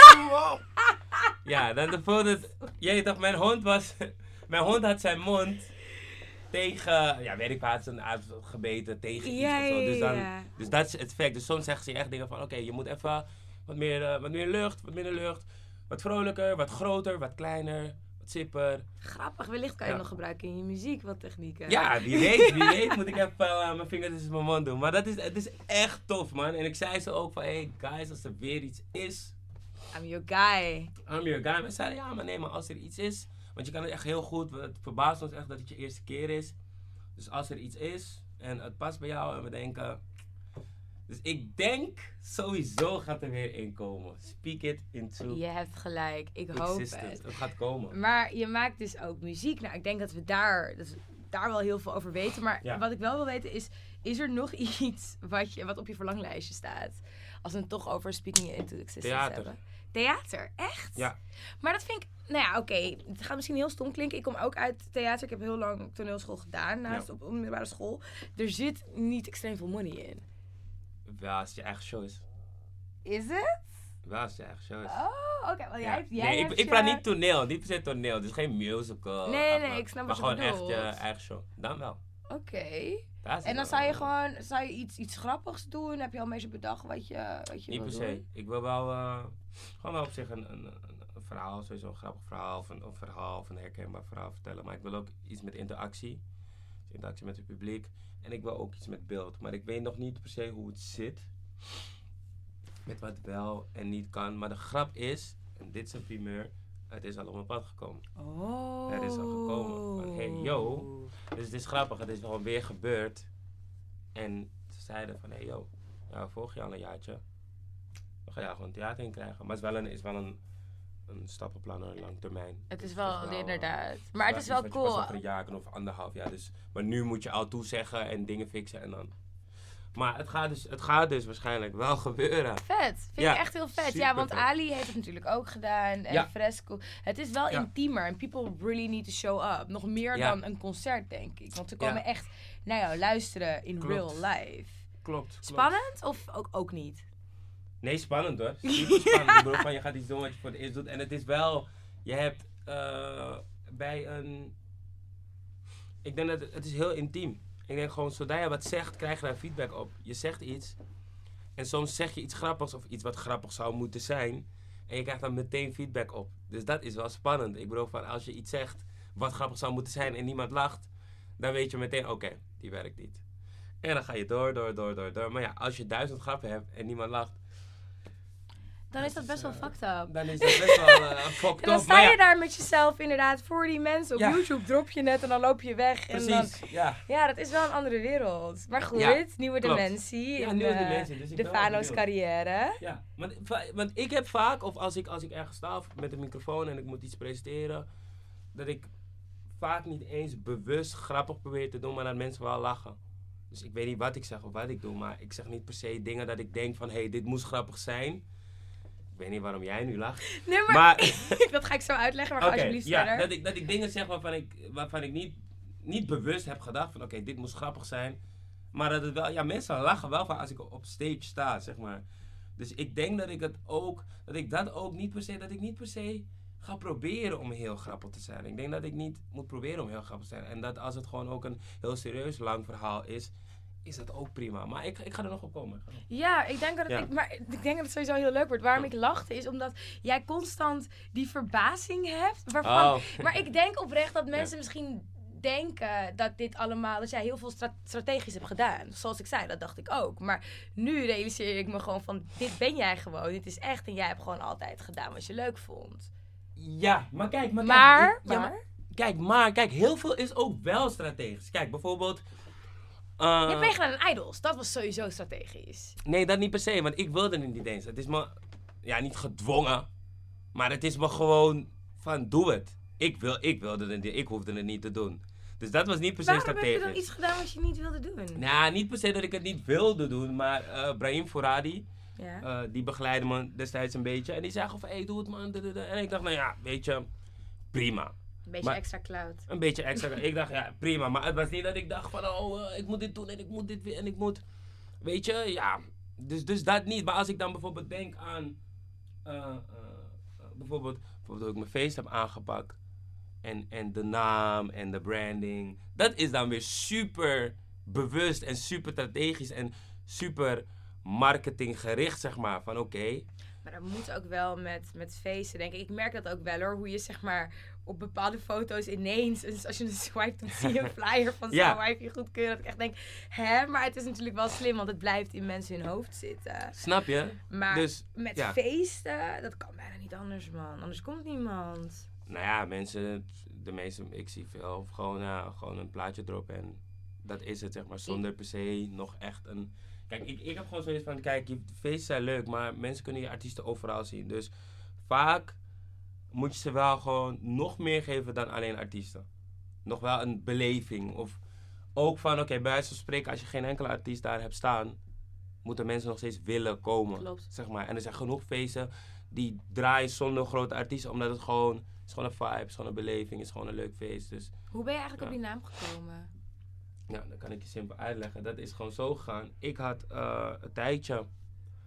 ja, dan voelde het... Jij dacht, mijn hond had zijn mond tegen... Ja, weet ik wat, zijn gebeten tegen iets of zo. Dus dat is het effect. Dus soms zeggen ze echt dingen van, oké, je moet even wat meer lucht, wat minder lucht. Wat vrolijker, wat groter, wat kleiner. Zipper. Grappig, wellicht kan je nog gebruiken in je muziek, wat technieken. Ja, wie weet moet ik even mijn vingers tussen mijn mond doen. Maar het is echt tof, man. En ik zei ze ook van, hey guys, als er weer iets is... I'm your guy. Maar ze zeiden, maar als er iets is... Want je kan het echt heel goed, het verbaast ons echt dat het je eerste keer is. Dus als er iets is en het past bij jou en we denken... Dus ik denk, sowieso gaat er weer in komen. Speak it into... Je hebt gelijk, ik hoop het. Het gaat komen. Maar je maakt dus ook muziek. Nou, ik denk dat we daar wel heel veel over weten. Maar wat ik wel wil weten is er nog iets wat op je verlanglijstje staat? Als we het toch over speaking into existence hebben. Theater, echt? Ja. Maar dat vind ik... Nou ja, oké. Het gaat misschien heel stom klinken. Ik kom ook uit theater. Ik heb heel lang toneelschool gedaan naast op middelbare school. Er zit niet extreem veel money in. Ja, als het je eigen show is. Is het? Wel zijn eigen shows. Oh, oké. Want Ja. jij Nee, hebt ik praat niet toneel. Niet per se toneel. Het is geen musical. Nee, ik snap maar wat je gewoon echt bedoelt. je eigen show. Dan wel. Oké. Daar is En dan het zou je iets grappigs doen? Heb je al een beetje bedacht wat je Niet wil per se. doen? Ik wil wel gewoon wel op zich een verhaal, sowieso een grappig verhaal of een verhaal of een herkenbaar verhaal vertellen. Maar ik wil ook iets met interactie. Dus interactie met het publiek. En ik wil ook iets met beeld. Maar ik weet nog niet per se hoe het zit. Met wat wel en niet kan. Maar de grap is, en dit is een primeur, het is al op mijn pad gekomen. Oh. Er is al gekomen. Van, hey, yo. Dus het is grappig, het is gewoon weer gebeurd. En ze zeiden van, hey yo, ja, volg je al een jaartje. Dan ga je gewoon theater in krijgen. Maar het is wel een stappenplan, een lang termijn. Het Dus is wel, inderdaad. het Maar het is wel iets wat je cool. pas over een jaar kan of 1,5 jaar. Dus, maar nu moet je al toezeggen en dingen fixen en dan. Maar het gaat dus waarschijnlijk wel gebeuren. Vet. Vind Ja, ik echt heel vet. Ja, super want vet. Ali heeft het natuurlijk ook gedaan. En Ja. Fresco. Het is wel Ja. intiemer. En people really need to show up. Nog meer Ja. dan een concert, denk ik. Want ze Ja. komen echt naar jou luisteren in Klopt. real life. Klopt. Spannend of ook niet? Nee, spannend hoor. Super spannend. Ik bedoel van je gaat iets doen wat je voor het eerst doet. En het is wel, je hebt bij een, ik denk dat het is heel intiem. Ik denk gewoon, zodra je wat zegt, krijg je daar feedback op. Je zegt iets en soms zeg je iets grappigs of iets wat grappig zou moeten zijn. En je krijgt dan meteen feedback op. Dus dat is wel spannend. Ik bedoel van, als je iets zegt wat grappig zou moeten zijn en niemand lacht, dan weet je meteen, oké, die werkt niet. En dan ga je door. Maar ja, als je 1000 grappen hebt en niemand lacht, Dan is dat best wel fucked up. dan is dat best wel fucked En dan up. sta Maar je ja, daar met jezelf inderdaad voor die mensen. Op Ja. YouTube drop je net en dan loop je weg. En dan, precies. Ja. ja, dat is wel een andere wereld. Maar goed, Ja, nieuwe klopt. dimensie. Ja, in, nieuwe dimensie, dus ik de ben wel Fano's benieuwd. carrière. Ja, want ik heb vaak, of als ik ergens sta of met een microfoon en ik moet iets presenteren, dat ik vaak niet eens bewust grappig probeer te doen, maar dat mensen wel lachen. Dus ik weet niet wat ik zeg of wat ik doe, maar ik zeg niet per se dingen dat ik denk van, hey, dit moest grappig zijn. Ik weet niet waarom jij nu lacht. Nee, maar, Maar, dat ga ik zo uitleggen, maar ga oké, alsjeblieft ja, verder. dat ik dingen zeg waarvan ik niet bewust heb gedacht van, oké, dit moest grappig zijn. Maar dat het wel, ja, mensen lachen wel van als ik op stage sta, zeg maar. Dus ik denk dat ik niet per se ga proberen om heel grappig te zijn. Ik denk dat ik niet moet proberen om heel grappig te zijn. En dat als het gewoon ook een heel serieus lang verhaal is dat ook prima. Maar ik ga er nog op komen. Ja, ik denk dat het, Ja. ik denk dat het sowieso heel leuk wordt. Waarom ik lachte is omdat jij constant die verbazing hebt. Waarvan, maar ik denk oprecht dat mensen misschien denken dat dit allemaal, dat jij heel veel strategisch hebt gedaan. Zoals ik zei, dat dacht ik ook. Maar nu realiseer ik me gewoon van, dit ben jij gewoon. Dit is echt en jij hebt gewoon altijd gedaan wat je leuk vond. Ja, maar kijk. Kijk, heel veel is ook wel strategisch. Kijk, bijvoorbeeld. Je hebt meegedaan aan Idols. Dat was sowieso strategisch. Nee, dat niet per se, want ik wilde het niet eens. Het is me, ja, niet gedwongen, maar het is me gewoon van, doe het. Ik wilde het niet, ik hoefde het niet te doen. Dus dat was niet per se Waarom heb strategisch. je dan iets gedaan wat je niet wilde doen? Nou, niet per se dat ik het niet wilde doen, maar Brahim Fouradi, Ja. die begeleidde me destijds een beetje. En die zei gewoon van, hey, doe het man. En ik dacht, nou ja, weet je, prima. Een beetje Maar- extra cloud. Een beetje extra. Ik dacht, ja, prima. Maar het was niet dat ik dacht van, ik moet dit doen en ik moet dit weer en ik moet... Weet je, ja. Dus dat niet. Maar als ik dan bijvoorbeeld denk aan... bijvoorbeeld hoe ik mijn feest heb aangepakt. En de naam en de branding. Dat is dan weer super bewust en super strategisch en super marketinggericht, zeg maar. Van oké. Maar dat moet ook wel met feesten, denk ik. Ik merk dat ook wel hoor. Hoe je zeg maar op bepaalde foto's ineens, dus als je een swipe doet, zie je een flyer van zo'n Ja. wifi goedkeuren. Dat ik echt denk, hè? Maar het is natuurlijk wel slim, want het blijft in mensen hun hoofd zitten. Snap je? Maar Dus, met ja. feesten, dat kan bijna niet anders, man. Anders komt niemand. Nou ja, mensen, de meeste, ik zie veel gewoon een plaatje erop en dat is het, zeg maar, zonder per se nog echt een... Kijk, ik heb gewoon zoiets van, kijk, je feesten zijn leuk, maar mensen kunnen je artiesten overal zien. Dus vaak moet je ze wel gewoon nog meer geven dan alleen artiesten. Nog wel een beleving of ook van, oké, bij wijze van spreken, als je geen enkele artiest daar hebt staan, moeten mensen nog steeds willen komen. Klopt. Zeg maar. En er zijn genoeg feesten die draaien zonder grote artiesten, omdat het gewoon, het is gewoon een vibe, het is gewoon een beleving, het is gewoon een leuk feest. Dus Hoe ben je eigenlijk Ja. op die naam gekomen? ja, dan kan ik je simpel uitleggen. Dat is gewoon zo gegaan. Ik had een tijdje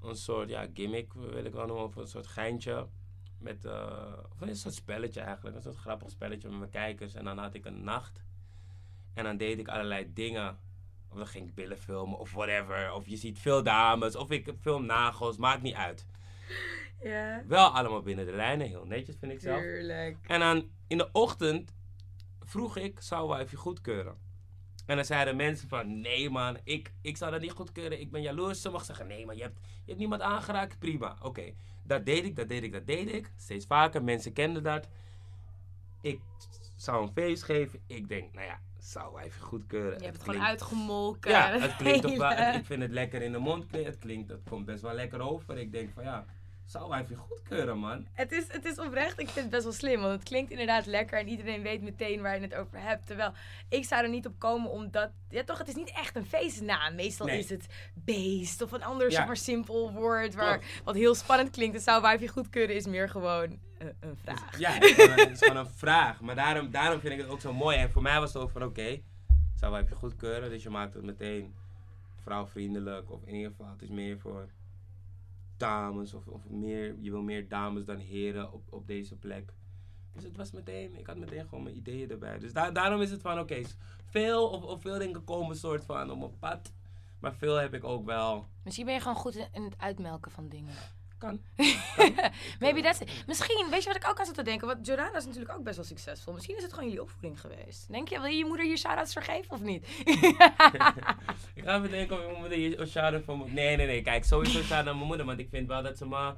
een soort gimmick, wil ik wel noemen, of een soort geintje. Of een soort spelletje eigenlijk, een soort grappig spelletje met mijn kijkers. En dan had ik een nacht. En dan deed ik allerlei dingen. Of dan ging ik billen filmen of whatever. Of je ziet veel dames, of ik film nagels, maakt niet uit. Ja. Wel allemaal binnen de lijnen, heel netjes vind ik zelf. Tuurlijk. En dan in de ochtend vroeg ik, zou wij je goedkeuren? En dan zeiden mensen van, nee man, ik zou dat niet goedkeuren, ik ben jaloers. Sommigen zeggen, nee man, je hebt niemand aangeraakt, prima. Oké, dat deed ik. Steeds vaker, mensen kenden dat. Ik zou een feest geven. Ik denk, nou ja, zou wij even goedkeuren. Je hebt het gewoon uitgemolken. Ja, het klinkt toch wel, ik vind het lekker in de mond. Het komt best wel lekker over. Ik denk van ja, zou wij even goedkeuren, man. Het is oprecht, ik vind het best wel slim. Want het klinkt inderdaad lekker en iedereen weet meteen waar je het over hebt. Terwijl, ik zou er niet op komen omdat... Ja toch, het is niet echt een feestnaam. Meestal is het beest of een ander zeg maar simpel woord. Wat heel spannend klinkt. En zou wijfje goedkeuren is meer gewoon een vraag. Ja, het is gewoon een vraag. Maar daarom vind ik het ook zo mooi. En voor mij was het ook van oké, zou wijfje goedkeuren? Dus je maakt het meteen vrouwvriendelijk. Of in ieder geval, het is meer voor... dames of meer, je wil meer dames dan heren op deze plek. Dus het was ik had meteen gewoon mijn ideeën erbij. Dus daarom is het van oké, veel dingen komen soort van op mijn pad. Maar veel heb ik ook wel. Misschien ben je gewoon goed in het uitmelken van dingen. Kan. Maybe that's it. Misschien, weet je wat ik ook aan zat te denken? Want Jordana is natuurlijk ook best wel succesvol. Misschien is het gewoon jullie opvoeding geweest. Denk je, wil je je moeder hier shout-outs vergeven of niet? Ik ga even denken of mijn moeder hier shout-out voor me... Nee. Kijk, sowieso shout-out aan mijn moeder. Want ik vind wel dat ze me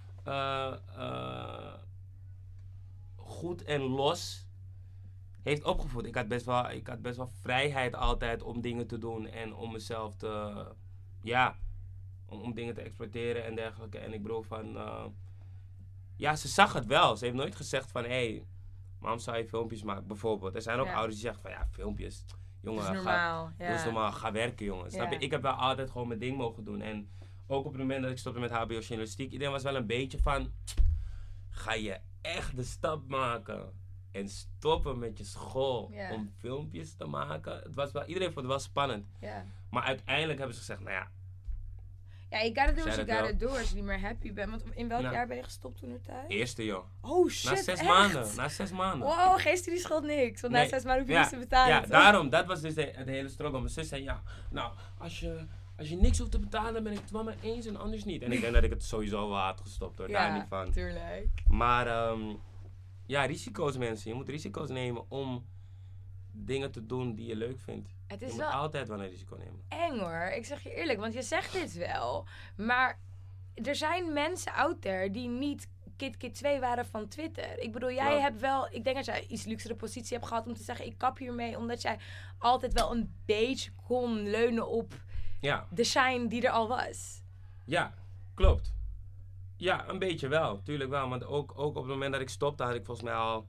goed en los heeft opgevoed. Ik had best wel vrijheid altijd om dingen te doen. En om mezelf te... om dingen te exploiteren en dergelijke. En ik bedoel van... ze zag het wel. Ze heeft nooit gezegd van... Hé, waarom zou je filmpjes maken? Bijvoorbeeld. Er zijn ook ouders die zeggen van... Ja, filmpjes. Jongen, dat is normaal. doe eens normaal. Ga werken, jongen. Snap je? Ik heb wel altijd gewoon mijn ding mogen doen. En ook op het moment dat ik stopte met HBO journalistiek... Iedereen was wel een beetje van... Ga je echt de stap maken... En stoppen met je school om filmpjes te maken? Het was wel, iedereen vond het wel spannend. Yeah. Maar uiteindelijk hebben ze gezegd... Nou ja... Ja, you gotta do what you gotta do als je niet meer happy bent. Want in welk jaar ben je gestopt toen er tijd? Eerste, joh. Oh shit, Na 6 maanden. Wow, geen studieschuld niks. Want na 6 maanden hoef je niks te betalen. Ja, daarom. Dat was dus de hele struggle. Mijn zus zei, als je niks hoeft te betalen, ben ik het wel maar eens en anders niet. En ik denk dat ik het sowieso wel had gestopt hoor. Daar niet van. Tuurlijk. Maar, risico's mensen. Je moet risico's nemen om dingen te doen die je leuk vindt. Je moet altijd wel een risico nemen. Eng hoor, ik zeg je eerlijk, want je zegt dit wel. Maar er zijn mensen out there die niet Kid 2 waren van Twitter. Ik bedoel, jij hebt wel... Ik denk dat jij iets luxere positie hebt gehad om te zeggen... Ik kap hiermee, omdat jij altijd wel een beetje kon leunen op de shine die er al was. Ja, klopt. Ja, een beetje wel. Tuurlijk wel. Want ook op het moment dat ik stopte, had ik volgens mij al...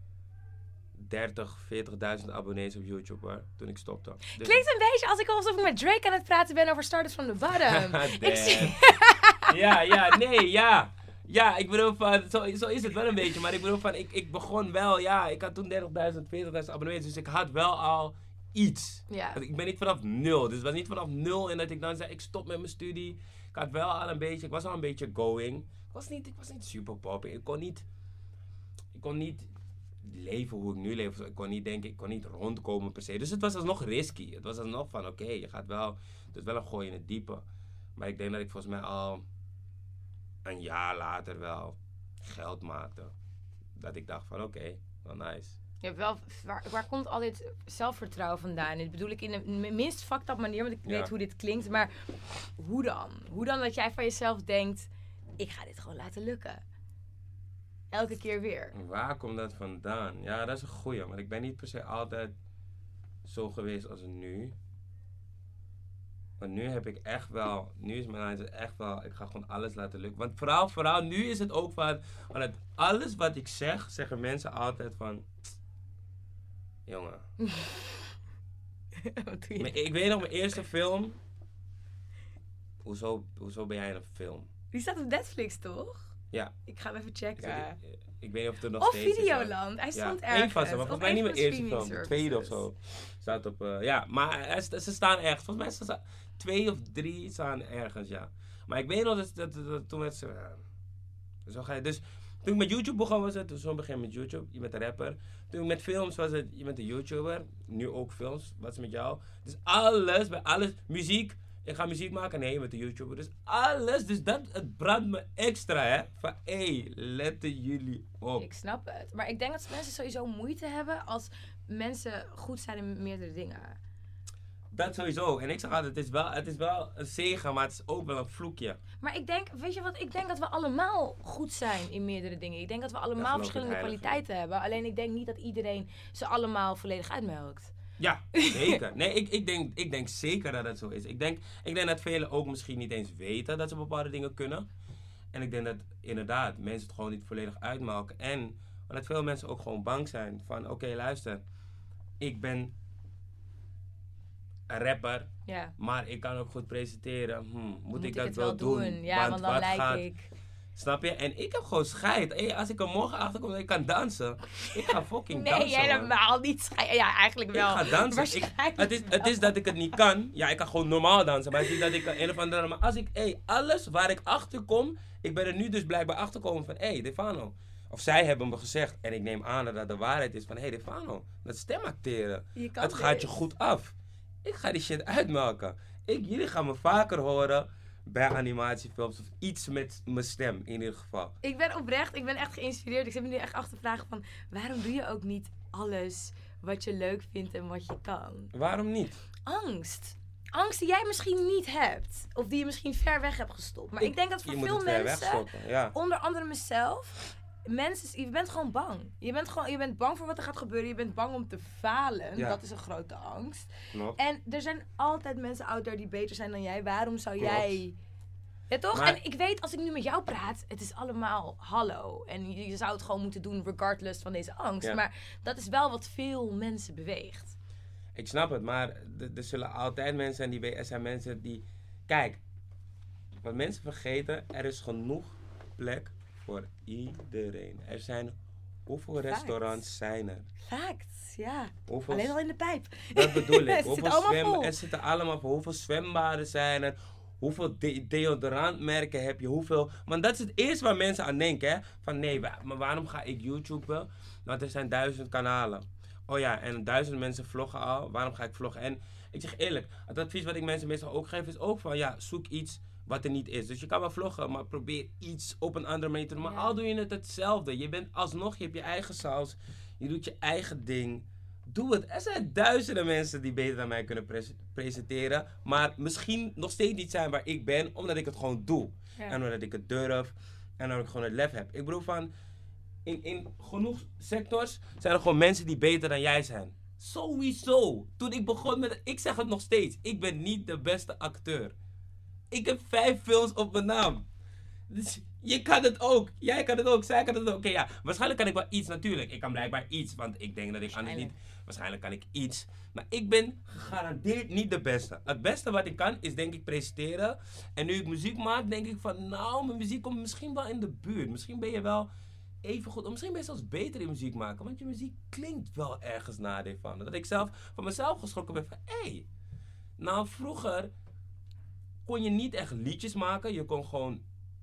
40.000 abonnees op YouTube hoor, toen ik stopte. Dus klinkt een beetje alsof ik met Drake aan het praten ben over Starters from the Bottom. Ja, ik bedoel van, zo is het wel een beetje. Maar ik bedoel van, ik begon wel, ik had toen 30.000, 40.000 abonnees. Dus ik had wel al iets. Ja. Ik ben niet vanaf 0. Dus het was niet vanaf 0 en dat ik dan zei, ik stop met mijn studie. Ik had wel al een beetje, ik was al een beetje going. Ik was niet super popping. Ik kon niet leven hoe ik nu leef. Ik kon niet rondkomen per se. Dus het was alsnog risky. Het was alsnog van oké, je gaat wel... Het is wel een gooi in het diepe. Maar ik denk dat ik volgens mij al een jaar later wel geld maakte. Dat ik dacht van oké, wel nice. Je hebt wel, waar komt al dit zelfvertrouwen vandaan? Dit bedoel ik in de minst fucked up manier, want ik weet hoe dit klinkt. Maar hoe dan? Hoe dan dat jij van jezelf denkt, ik ga dit gewoon laten lukken? Elke keer weer. Waar komt dat vandaan? Ja, dat is een goeie. Maar ik ben niet per se altijd zo geweest als nu. Maar nu heb ik echt wel... Nu is mijn mindset echt wel... Ik ga gewoon alles laten lukken. Want vooral nu is het ook van... Want alles wat ik zeg, zeggen mensen altijd van... Jongen. Wat doe je? Ik weet nog mijn eerste film. Hoezo ben jij in een film? Die staat op Netflix, toch? Ja. Ik ga hem even checken. Ik weet niet of het er nog of steeds is. Of Videoland. Hij stond ergens. Eén van ze, maar volgens mij niet mijn eerste film. De tweede of zo. Staat op... maar ze staan ergens. Volgens mij staan 2 of 3 staan ergens, ja. Maar ik weet nog dat toen werd ze... zo ga je. Dus toen ik met YouTube begon was het, zo'n begin met YouTube, je bent een rapper. Toen ik met films was het, je bent een YouTuber. Nu ook films, wat is met jou? Dus bij alles, muziek. Ik ga muziek maken, nee, je bent een YouTuber. Dus alles, dus het brandt me extra, hè. Van, letten jullie op. Ik snap het. Maar ik denk dat mensen sowieso moeite hebben als mensen goed zijn in meerdere dingen. Dat sowieso. En ik zeg altijd, het is wel een zegen, maar het is ook wel een vloekje. Maar ik denk, weet je wat, ik denk dat we allemaal goed zijn in meerdere dingen. Ik denk dat we allemaal verschillende kwaliteiten hebben. Alleen ik denk niet dat iedereen ze allemaal volledig uitmelkt. Ja, zeker. Nee, ik denk zeker dat het zo is. Ik denk dat velen ook misschien niet eens weten dat ze bepaalde dingen kunnen. En ik denk dat inderdaad mensen het gewoon niet volledig uitmelken. En dat veel mensen ook gewoon bang zijn van, oké, luister. Ik ben een rapper, maar ik kan ook goed presenteren. Moet ik dat wel doen? Ja, want dan lijk ik. Snap je? En ik heb gewoon scheid. Als ik er morgen achter kom dat ik kan dansen, ik ga fucking dansen. Nee, helemaal niet scheid. Ja, eigenlijk wel. Ik ga dansen. Het is dat ik het niet kan. Ja, ik kan gewoon normaal dansen. Maar het is niet dat ik een of andere... Maar als ik, alles waar ik achter kom, ik ben er nu dus blijkbaar achter komen van, Defano. Of zij hebben me gezegd, en ik neem aan dat dat de waarheid is van, Defano, dat stemacteren, het gaat je goed af. Ik ga die shit uitmelken. Jullie gaan me vaker horen bij animatiefilms of iets met mijn stem in ieder geval. Ik ben echt geïnspireerd. Ik zit me nu echt af te vragen van, waarom doe je ook niet alles wat je leuk vindt en wat je kan? Waarom niet? Angst. Angst die jij misschien niet hebt. Of die je misschien ver weg hebt gestopt. Maar ik denk dat voor veel mensen, onder andere mezelf, je bent gewoon bang. Je bent bang voor wat er gaat gebeuren. Je bent bang om te falen. Ja. Dat is een grote angst. Klopt. En er zijn altijd mensen out there die beter zijn dan jij. Waarom zou jij... Ja, toch? Maar... En ik weet, als ik nu met jou praat, het is allemaal hallo. En je zou het gewoon moeten doen regardless van deze angst. Ja. Maar dat is wel wat veel mensen beweegt. Ik snap het, maar er zullen altijd mensen zijn die... Er zijn mensen die... Kijk, wat mensen vergeten, er is genoeg plek voor iedereen. Er zijn... Hoeveel restaurants zijn er? Facts, ja. Alleen al in de pijp. Dat bedoel ik. Er zitten allemaal vol. Hoeveel zwembaden zijn er? Hoeveel deodorantmerken heb je? Hoeveel... Want dat is het eerste waar mensen aan denken. Hè? Van nee, maar waarom ga ik YouTuben? Want er zijn 1000 kanalen. Oh ja, en 1000 mensen vloggen al. Waarom ga ik vloggen? En ik zeg eerlijk, het advies wat ik mensen meestal ook geef is ook van ja, zoek iets wat er niet is. Dus je kan wel vloggen, maar probeer iets op een andere manier te doen. Maar al doe je het hetzelfde. Je bent alsnog, je hebt je eigen saus. Je doet je eigen ding. Doe het. Er zijn duizenden mensen die beter dan mij kunnen presenteren. Maar misschien nog steeds niet zijn waar ik ben, omdat ik het gewoon doe. Ja. En omdat ik het durf. En omdat ik gewoon het lef heb. Ik bedoel van, in genoeg sectors zijn er gewoon mensen die beter dan jij zijn. Sowieso. Toen ik begon met... Ik zeg het nog steeds. Ik ben niet de beste acteur. Ik heb 5 films op mijn naam. Dus je kan het ook. Jij kan het ook. Zij kan het ook. Oké, ja. Waarschijnlijk kan ik wel iets natuurlijk. Ik kan blijkbaar iets. Want ik denk dat ik anders niet... Waarschijnlijk kan ik iets. Maar ik ben gegarandeerd niet de beste. Het beste wat ik kan is denk ik presenteren. En nu ik muziek maak denk ik van... Nou, mijn muziek komt misschien wel in de buurt. Misschien ben je wel even goed. Of misschien ben je zelfs beter in muziek maken. Want je muziek klinkt wel ergens na van. Dat ik zelf van mezelf geschrokken ben van... Nou, vroeger kon je niet echt liedjes maken. Je kon gewoon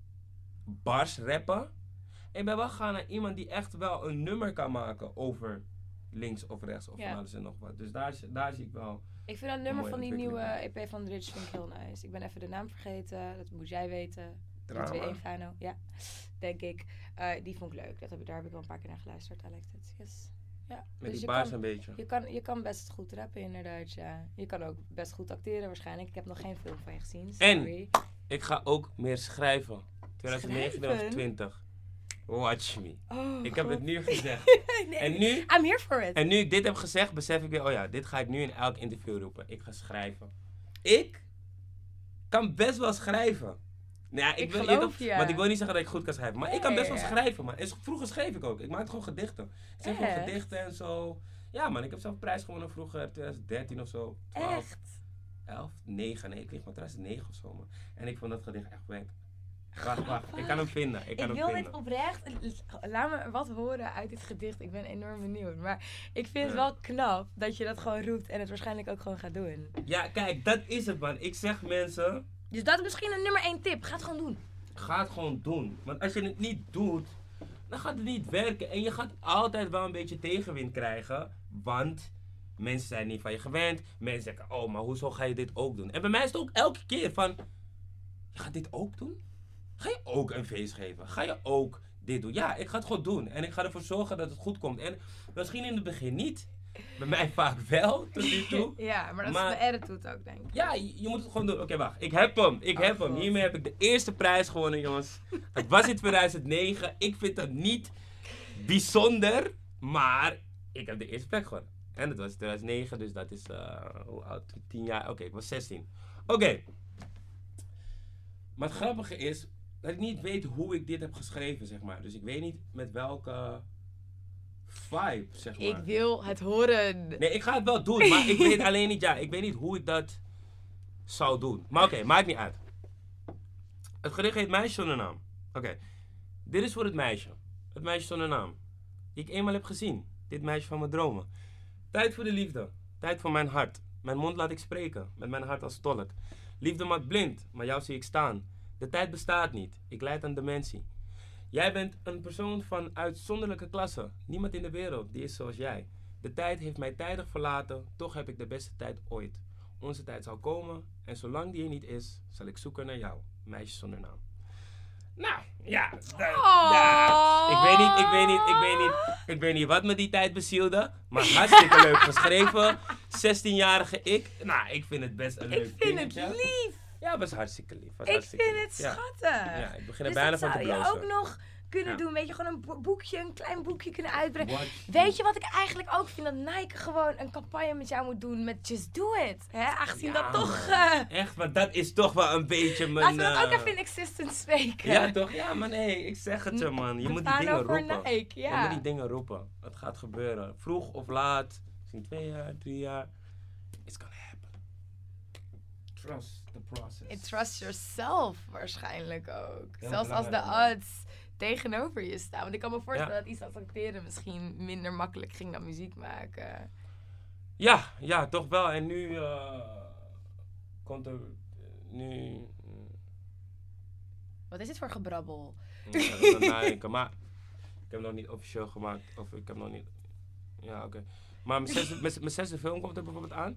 bars rappen. En ik ben wel gaan naar iemand die echt wel een nummer kan maken over links of rechts of van alles en nog wat. Dus daar zie ik wel. Ik vind dat nummer van die nieuwe EP van The Rich vind ik heel nice. Ik ben even de naam vergeten. Dat moet jij weten. 2-1 Fano. Ja, denk ik. Die vond ik leuk. Daar heb ik wel een paar keer naar geluisterd. I liked it. Yes. Ja. Met dus die baas een beetje. Je kan best goed rappen inderdaad, ja. Je kan ook best goed acteren waarschijnlijk. Ik heb nog geen film van je gezien. Sorry. En ik ga ook meer schrijven. 2019 of 2020. Watch me. Oh, ik heb het nu gezegd. Nee, en nu, I'm here for it. En nu ik dit heb gezegd, besef ik weer, oh ja, dit ga ik nu in elk interview roepen. Ik ga schrijven. Ik kan best wel schrijven. Nou, ik geloof je. Want ik wil niet zeggen dat ik goed kan schrijven. Maar ik kan best wel schrijven, man. Vroeger schreef ik ook. Ik maakte gewoon gedichten. Ik schreef gewoon gedichten en zo. Ja, man. Ik heb zelf prijs gewonnen vroeger, 2013 of zo. 12, echt? 11, 9. Nee, ik kreeg maar 2009 of zo, man. En ik vond dat gedicht echt weg. Wacht. Ik kan hem vinden. Ik wil dit oprecht... Laat me wat horen uit dit gedicht. Ik ben enorm benieuwd. Maar ik vind het wel knap dat je dat gewoon roept en het waarschijnlijk ook gewoon gaat doen. Ja, kijk, dat is het, man. Ik zeg mensen... Dus dat is misschien een nummer 1 tip. Ga het gewoon doen. Ga het gewoon doen. Want als je het niet doet, dan gaat het niet werken. En je gaat altijd wel een beetje tegenwind krijgen. Want mensen zijn niet van je gewend. Mensen zeggen, oh, maar hoezo ga je dit ook doen? En bij mij is het ook elke keer van, je gaat dit ook doen? Ga je ook een feest geven? Ga je ook dit doen? Ja, ik ga het gewoon doen. En ik ga ervoor zorgen dat het goed komt. En misschien in het begin niet. Bij mij vaak wel, tot nu toe. Ja, maar dat is de attitude ook, denk ik. Ja, je moet het gewoon doen. Oké, wacht. Ik heb hem. God. Hiermee heb ik de eerste prijs gewonnen, jongens. Het was in 2009. Ik vind dat niet bijzonder. Maar ik heb de eerste plek gewonnen. En het was 2009, dus dat is, hoe oud? 10 jaar. Oké, ik was 16. Oké. Maar het grappige is dat ik niet weet hoe ik dit heb geschreven, zeg maar. Dus ik weet niet met welke vibe, zeg maar. Ik wil het horen. Nee, ik ga het wel doen, maar ik weet alleen niet, ik weet niet hoe ik dat zou doen. Maar oké, maakt niet uit. Het gedicht heet Meisje zonder naam. Oké, dit is voor het meisje. Het meisje zonder naam. Die ik eenmaal heb gezien. Dit meisje van mijn dromen. Tijd voor de liefde. Tijd voor mijn hart. Mijn mond laat ik spreken, met mijn hart als tolk. Liefde maakt blind, maar jou zie ik staan. De tijd bestaat niet, ik lijd aan dementie. Jij bent een persoon van uitzonderlijke klasse. Niemand in de wereld die is zoals jij. De tijd heeft mij tijdig verlaten, toch heb ik de beste tijd ooit. Onze tijd zal komen en zolang die er niet is, zal ik zoeken naar jou, meisje zonder naam. Nou, ja. Ik weet niet wat me die tijd bezielde, maar hartstikke leuk geschreven. 16-jarige ik. Nou, ik vind het best een leuk dingetje. Ik vind het lief. Ja, het was hartstikke lief. Ik vind het schattig. Ja, ik begin er Dus bijna dat van te zou je blozen. ook nog kunnen doen. Weet je, gewoon een boekje, een klein boekje kunnen uitbrengen. What? Weet je wat ik eigenlijk ook vind? Dat Nike gewoon een campagne met jou moet doen met Just Do It. Hè? Aangezien dat toch... Echt, want dat is toch wel een beetje mijn... Laten we dat ook even in existence spreken. Ja, toch? Ja, maar nee, ik zeg het je, man. Je We moet die staan dingen over roepen. Nike, ja. Je moet die dingen roepen. Het gaat gebeuren. Vroeg of laat. Misschien 2 jaar, 3 jaar. It's gonna happen. Trust the process. And trust yourself waarschijnlijk ook. Heel Zelfs als de belangrijk, odds tegenover je staan. Want ik kan me voorstellen dat iets als acteren misschien minder makkelijk ging dan muziek maken. Ja, toch wel. En nu komt er... Wat is dit voor gebrabbel? nadenken. Maar ik heb nog niet officieel gemaakt. Of ik heb nog niet... Ja, oké. Maar mijn zesde film komt er bijvoorbeeld aan.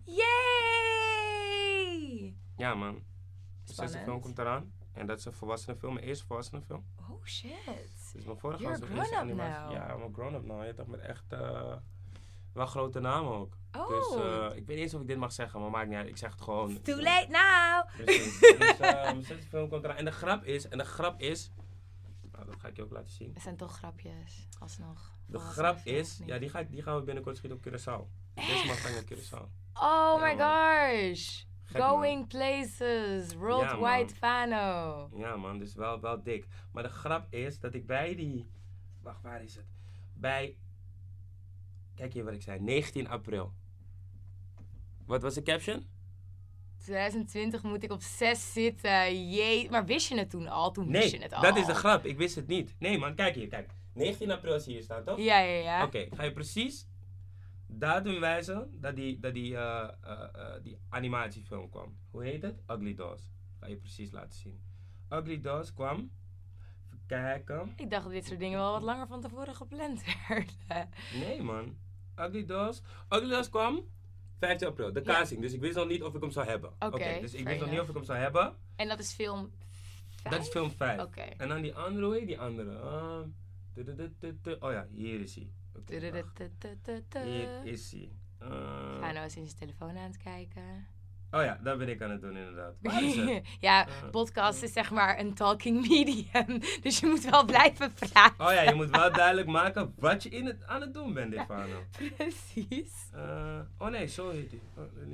Yay! Ja, man. Mijn zesde Spannend. film komt eraan. En dat is een volwassene film. Mijn eerste volwassene film. Oh shit. Dus mijn vorige You're was de a eerste grown-up animatie. now. Ja, I'm a grown-up now. Je toch met echt wel grote namen ook. Oh. Dus ik weet niet eens of ik dit mag zeggen, maar maakt niet uit. Ik zeg het gewoon. Too late now! Precies. Dus mijn zesde film komt eraan. En de grap is... Nou, dat ga ik je ook laten zien. Het zijn toch grapjes, alsnog. De grap is... Ja, die gaan we binnenkort schieten op Curaçao. Deze maand gaan we op Curaçao. Oh Ja, my man. gosh! Gek, Going man. places, Ja, worldwide man. fano. Ja, man. Dus wel dik. Maar de grap is dat ik bij die... Wacht, waar is het? Bij... Kijk hier wat ik zei. 19 april. Wat was de caption? 2020 moet ik op 6 zitten. Jee. Maar wist je het toen al? Toen wist je het al. dat is de grap. Ik wist het niet. Nee, man. Kijk hier. Kijk. 19 april zie je hier staan, toch? Ja. Oké, ik ga je precies datum wijzen dat die animatiefilm kwam. Hoe heet het? Ugly Dolls. Ga je precies laten zien. Ugly Dolls kwam. Even kijken. Ik dacht dat dit soort dingen wel wat langer van tevoren gepland werden. Nee, man. Ugly Dolls kwam 15 april. De Ja. casting. Dus ik wist nog niet of ik hem zou hebben. Oké, dus ik fair wist nog niet enough. of ik hem zou hebben. En dat is film 5? Dat is film 5. Oké. En dan die andere, hoe heet die andere? Oh ja, hier is hij. Oké, wacht. Hier is hij. Fano is in zijn telefoon aan het kijken. Oh ja, dat ben ik aan het doen inderdaad. Waar is het? Ja, podcast is zeg maar een talking medium. Dus je moet wel blijven praten. Oh ja, je moet wel duidelijk maken wat je aan het doen bent, Defano. Precies. Oh nee, zo heet hij.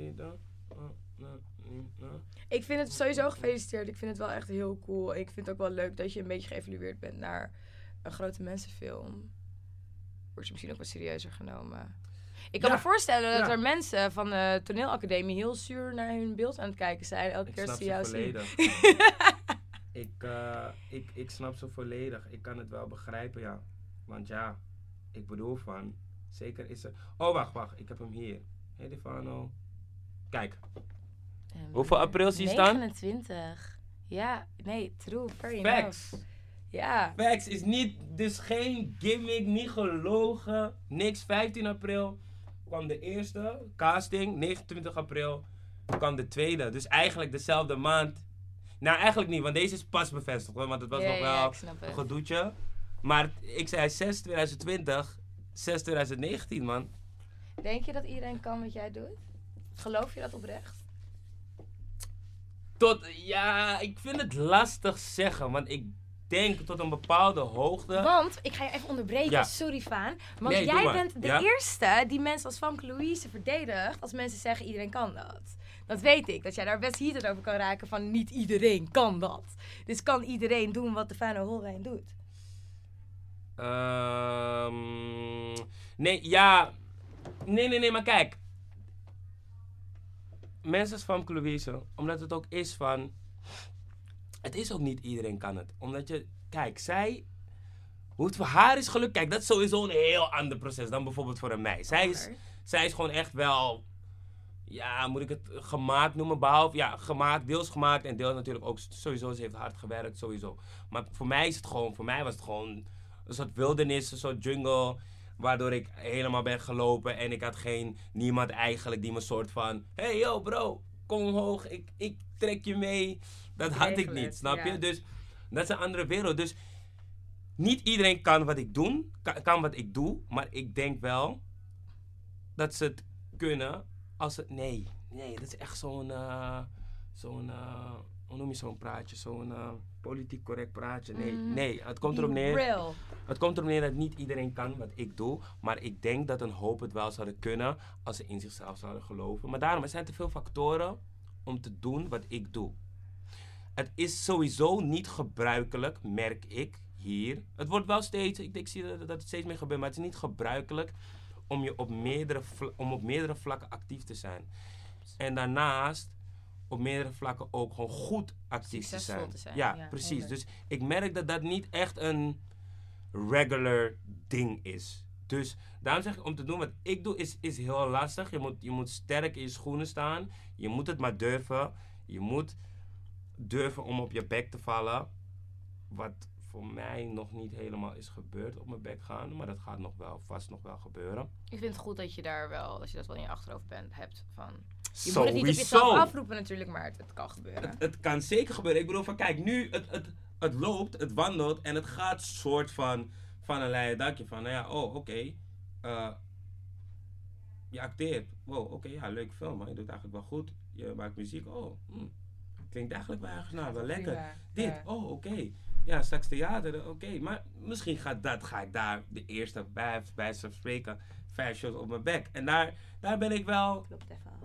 Ik vind het sowieso gefeliciteerd. Ik vind het wel echt heel cool. Ik vind het ook wel leuk dat je een beetje geëvalueerd bent naar een grote mensenfilm. Wordt je misschien ook wat serieuzer genomen. Ik kan Ja, me voorstellen dat ja. er mensen van de toneelacademie heel zuur naar hun beeld aan het kijken zijn. Elke Ik keer snap als ze jou ze zien. volledig. Ik snap ze volledig. Ik kan het wel begrijpen, ja. Want ja, ik bedoel van, zeker is er... Oh, wacht. Ik heb hem hier. Hey, Defano. Kijk. Hoeveel april zie je staan? 29. Ja, nee, true, fair enough. Facts. Ja. Facts is niet, dus geen gimmick, niet gelogen, niks. 15 april kwam de eerste casting, 29 april kwam de tweede. Dus eigenlijk dezelfde maand. Nou, eigenlijk niet, want deze is pas bevestigd, hoor, want het was nog wel ik snap een het. gedoetje. Maar ik zei 6 2020, 6 2019, man. Denk je dat iedereen kan wat jij doet? Geloof je dat oprecht? Ja, ik vind het lastig zeggen, want ik denk tot een bepaalde hoogte. Want, ik ga je even onderbreken, Ja. sorry Faan. Want Nee, doe jij maar. bent de Ja? eerste die mensen als Famke Louise verdedigt als mensen zeggen iedereen kan dat. Dat weet ik, dat jij daar best heated over kan raken van niet iedereen kan dat. Dus kan iedereen doen wat de Fano Holwijn doet? Nee, ja. Nee, maar kijk. Mensen als Famke Louise, omdat het ook is van... Het is ook niet iedereen kan het. Omdat je... Kijk, hoe het voor haar is gelukt... Kijk, dat is sowieso een heel ander proces dan bijvoorbeeld voor een mij. Zij is gewoon echt wel... Ja, moet ik het gemaakt noemen? Behalve, ja, gemaakt, deels gemaakt en deels natuurlijk ook sowieso. Ze heeft hard gewerkt, sowieso. Maar voor mij was het gewoon een soort wildernis, een soort jungle... Waardoor ik helemaal ben gelopen en ik had niemand eigenlijk die me soort van... Hey yo bro, kom omhoog, ik trek je mee. Dat had ik niet, snap je? Ja. Dus dat is een andere wereld. Dus niet iedereen kan wat ik doe, maar ik denk wel dat ze het kunnen als het... Nee, dat is echt zo'n hoe noem je zo'n praatje? Zo'n politiek correct praatje. Nee, het komt erop neer... Real. Het komt erop neer dat niet iedereen kan wat ik doe. Maar ik denk dat een hoop het wel zouden kunnen als ze in zichzelf zouden geloven. Maar daarom, er zijn te veel factoren om te doen wat ik doe. Het is sowieso niet gebruikelijk, merk ik hier. Het wordt wel steeds, ik zie dat het steeds meer gebeurt, maar het is niet gebruikelijk om op meerdere vlakken actief te zijn. En daarnaast op meerdere vlakken ook gewoon goed actief Succesvol te zijn. Ja, Ja, precies. 100. Dus ik merk dat dat niet echt een regular ding is. Dus daarom zeg ik, om te doen wat ik doe is heel lastig. Je moet sterk in je schoenen staan. Je moet het maar durven. Je moet durven om op je bek te vallen. Wat voor mij nog niet helemaal is gebeurd, op mijn bek gaan. Maar dat gaat vast nog wel gebeuren. Ik vind het goed dat je daar wel, als je dat wel in je achterhoofd hebt van... Je Sowieso. moet het niet op jezelf afroepen natuurlijk, maar het kan gebeuren. Het kan zeker gebeuren. Ik bedoel van, kijk, nu het loopt, het wandelt en het gaat soort van een leien dakje van, nou ja, oh, oké. Je acteert. Wow, oké, ja, leuk film, maar je doet eigenlijk wel goed. Je maakt muziek, klinkt eigenlijk wel ergens wel lekker. Prima, Dit, ja. oké. Ja, straks theater, oké. Maar misschien ga ik daar de eerste bij ze spreken 5 shows op mijn bek. En daar ben ik wel... Klop het even af.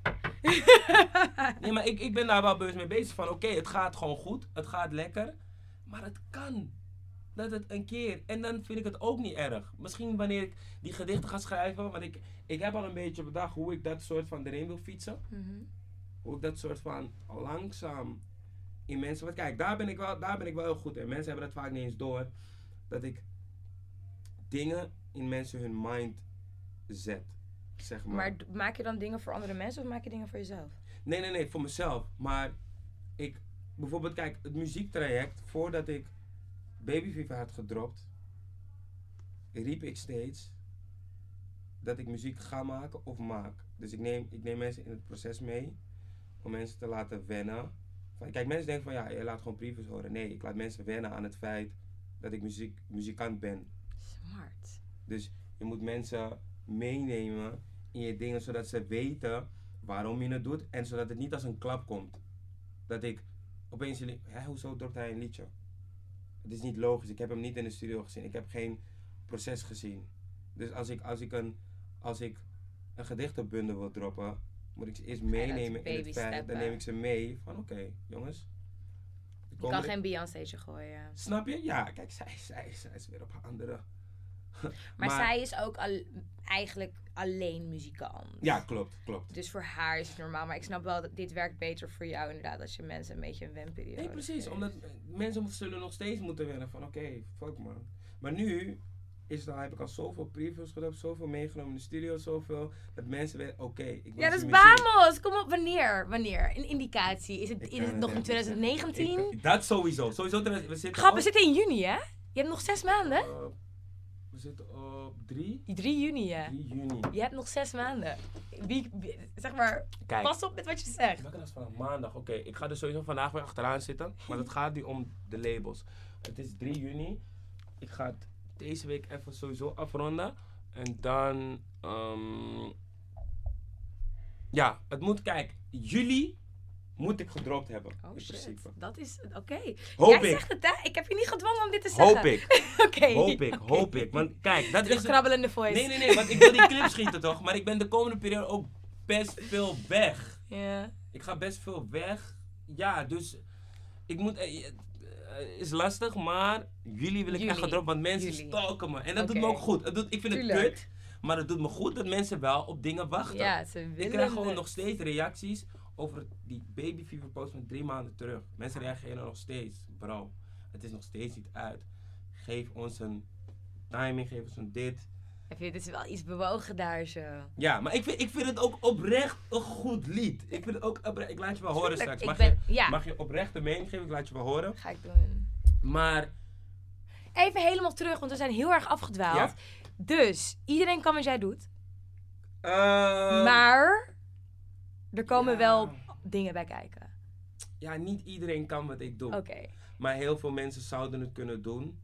Nee, maar ik ben daar wel bewust mee bezig van, oké, het gaat gewoon goed, het gaat lekker, maar het kan. Dat het een keer, en dan vind ik het ook niet erg. Misschien wanneer ik die gedichten ga schrijven, want ik heb al een beetje bedacht hoe ik dat soort van erin wil fietsen. Hoe ik dat soort van langzaam in mensen, want kijk, daar ben ik wel heel goed in. Mensen hebben dat vaak niet eens door, dat ik dingen in mensen hun mind zet. Zeg maar. Maar maak je dan dingen voor andere mensen of maak je dingen voor jezelf? Nee, voor mezelf. Maar bijvoorbeeld, kijk, het muziektraject, voordat ik Baby Fever had gedropt, riep ik steeds dat ik muziek ga maken of maak. Dus ik neem mensen in het proces mee, om mensen te laten wennen. Kijk, mensen denken van, ja, je laat gewoon previews horen. Nee, ik laat mensen wennen aan het feit dat ik muzikant ben. Smart. Dus je moet mensen meenemen in je dingen, zodat ze weten waarom je het doet en zodat het niet als een klap komt. Dat ik opeens hoezo dropt hij een liedje? Het is niet logisch, ik heb hem niet in de studio gezien, ik heb geen proces gezien. Dus als ik een gedichtenbundel wil droppen, moet ik ze eerst meenemen in het feit, dan neem ik ze mee van oké, jongens. Je kan geen Beyoncé gooien. Snap je? Ja, kijk, zij is weer op een andere... Maar zij is ook eigenlijk alleen muzikant. Ja, klopt. Dus voor haar is het normaal. Maar ik snap wel dat dit werkt beter voor jou inderdaad. Als je mensen een beetje een wenperiode Nee, precies. geeft. Omdat mensen zullen nog steeds moeten wennen van oké, fuck man. Maar nu heb ik al zoveel previews gedaan, zoveel meegenomen in de studio, zoveel, dat mensen weten, oké, ik wil Ja, dus zien muziek. vamos! Kom op, wanneer? Een indicatie. Is het Ik in kan het het nog in echt niet 2019? Dat sowieso. We zitten Grap, we zitten in juni, hè? Je hebt nog 6 maanden? we zitten op 3 3 juni, ja. juni. Je hebt nog 6 maanden. Zeg maar, Kijk. pas op met wat je zegt. Welke dag is vandaag? Maandag. Oké, ik ga er sowieso vandaag weer achteraan zitten. Maar het gaat nu om de labels. Het is 3 juni. Ik ga het deze week even sowieso afronden. En dan... ja, het moet... Kijk, juli moet ik gedropt hebben. Oh in shit, principe. dat is... Oké. Hoop Jij ik. zegt het, hè? Ik heb je niet gedwongen om dit te zeggen. Hoop ik. Oké. Hoop ik. Want kijk, dat is... Terugkrabbelende voice. Nee, want ik wil die clip schieten toch? Maar ik ben de komende periode ook best veel weg. Ja. Ik ga best veel weg. Ja, dus ik moet... is lastig, maar jullie wil ik echt Juli. gedropt, want mensen Juli. stalken me. En dat doet Oké. me ook goed. Ik vind Tuurlijk. het kut, maar het doet me goed dat mensen wel op dingen wachten. Ja, ze willen ik krijg gewoon het. nog steeds reacties over die baby fever post van 3 maanden terug. Mensen reageren nog steeds. Bro, het is nog steeds niet uit. Geef ons een timing, geef ons een dit. Het is wel iets bewogen daar zo. Ja, maar ik vind het ook oprecht een goed lied. Ik vind het ook oprecht. Ik laat je wel horen Tuurlijk, straks. ja. Mag je oprechte mening geven? Ik laat je wel horen. Ga ik doen. Maar Even helemaal terug, want we zijn heel erg afgedwaald. Ja. Dus, iedereen kan wat jij doet. maar Maar er komen ja. wel dingen bij kijken. ja, niet iedereen kan wat ik doe. Oké. Maar heel veel mensen zouden het kunnen doen.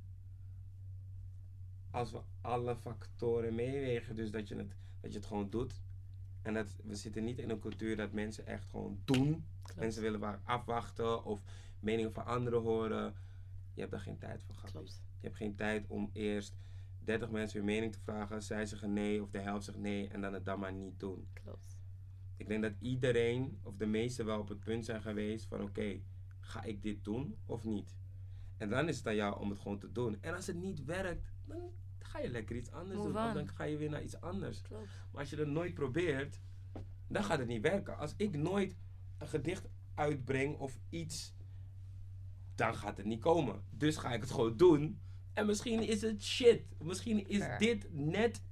Als we alle factoren meewegen. Dus dat je het gewoon doet. En dat we zitten niet in een cultuur dat mensen echt gewoon doen. Mensen willen maar afwachten of meningen van anderen horen. Je hebt daar geen tijd voor gehad. Klopt. Je hebt geen tijd om eerst 30 mensen hun mening te vragen. Zij zeggen nee of de helft zegt nee en dan het dan maar niet doen. Klopt. Ik denk dat iedereen of de meesten wel op het punt zijn geweest van oké, ga ik dit doen of niet? En dan is het aan jou om het gewoon te doen. En als het niet werkt, dan ga je lekker iets anders Move doen. Of on. dan ga je weer naar iets anders. Klopt. Maar als je dat nooit probeert, dan gaat het niet werken. Als ik nooit een gedicht uitbreng of iets, dan gaat het niet komen. Dus ga ik het gewoon doen. En misschien is het shit. Misschien is Fair. dit net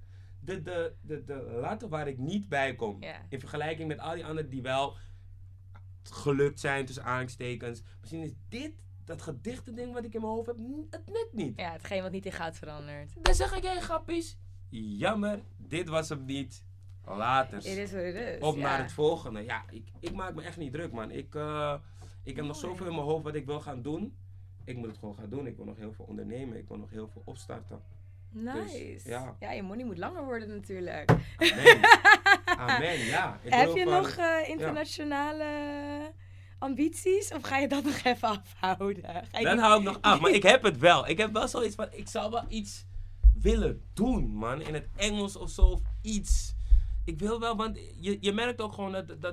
de lat waar ik niet bij kom. Ja. In vergelijking met al die anderen die wel gelukt zijn, tussen aanhalingstekens. Misschien is dit, dat gedichtending wat ik in mijn hoofd heb, het net niet. Ja, hetgeen wat niet in goud verandert. Dan zeg ik, hé grappies, jammer, dit was hem niet. Later. Het is wat het is. Op ja. naar het volgende. Ja, ik maak me echt niet druk, man. Ik heb nog zoveel in mijn hoofd wat ik wil gaan doen. Ik moet het gewoon gaan doen. Ik wil nog heel veel ondernemen. Ik wil nog heel veel opstarten. Nice. Dus, ja. Ja, je money moet langer worden natuurlijk. Amen. Amen, ja. Ik Heb bedoel je van- nog internationale ambities? Of ga je dat nog even afhouden? Ga je Dat niet- hou ik nog af, maar ik heb het wel. Ik heb wel zoiets van, ik zou wel iets willen doen, man. In het Engels of zo, of iets. Ik wil wel, want je merkt ook gewoon dat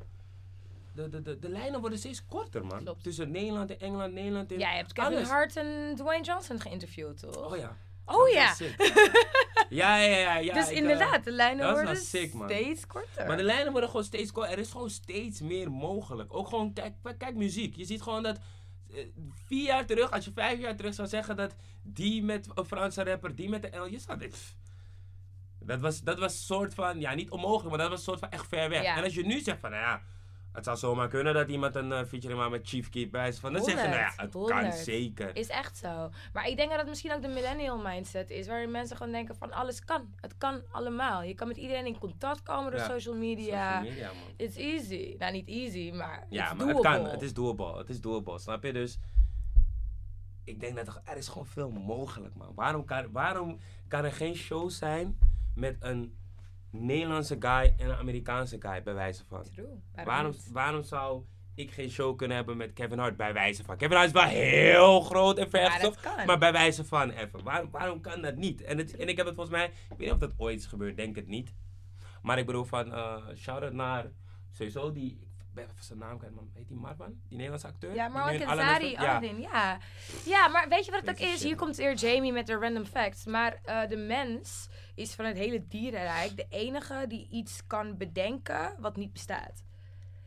de lijnen worden steeds korter, man. Klopt. Tussen Nederland en Engeland, Nederland en... Ja, je hebt Kevin alles. Hart en Dwayne Johnson geïnterviewd, toch? Oh ja. Oh Dat ja. was sick. ja. Dus ik, inderdaad, de lijnen dat was worden wel sick, man. steeds korter. Maar de lijnen worden gewoon steeds korter. Er is gewoon steeds meer mogelijk. Ook gewoon, kijk muziek. Je ziet gewoon dat 4 jaar terug, als je 5 jaar terug zou zeggen dat die met een Franse rapper, die met de L, je zou dit... Dat was soort van, ja, niet onmogelijk, maar dat was soort van echt ver weg. Ja. En als je nu zegt van, nou ja, het zou zomaar kunnen dat iemand een featuring maakt met Chief Keef bij is van, dan zeg je, nou ja, het 100. kan zeker. Is echt zo. Maar ik denk dat het misschien ook de millennial mindset is. Waarin mensen gewoon denken van alles kan. Het kan allemaal. Je kan met iedereen in contact komen door Ja. social media. Social media, man. It's easy. Nou, niet easy, maar Ja, it's maar doable. het kan. Het is doable. Het is doable. Snap je? Dus ik denk dat er is gewoon veel mogelijk, man. Waarom kan er geen show zijn met een Nederlandse guy en een Amerikaanse guy, bij wijze van? True. Waarom niet? Waarom zou ik geen show kunnen hebben met Kevin Hart, bij wijze van? Kevin Hart is wel heel groot en ver Maar dat gezocht, kan. maar bij wijze van even. Waarom kan dat niet? En ik heb het volgens mij, ik weet niet of dat ooit is gebeurd, denk het niet. Maar ik bedoel van, shout-out naar sowieso die, ik ben even zijn naam kwijt, man. Heet die Marwan? Die Nederlandse acteur? Ja, Die Marwan nu in Kenzari, Aladdin- ja. Aladdin, ja. Ja, maar weet je wat het ook Crazy is? shit, Hier man. komt weer Jamie met de random facts. Maar de mens is van het hele dierenrijk de enige die iets kan bedenken wat niet bestaat.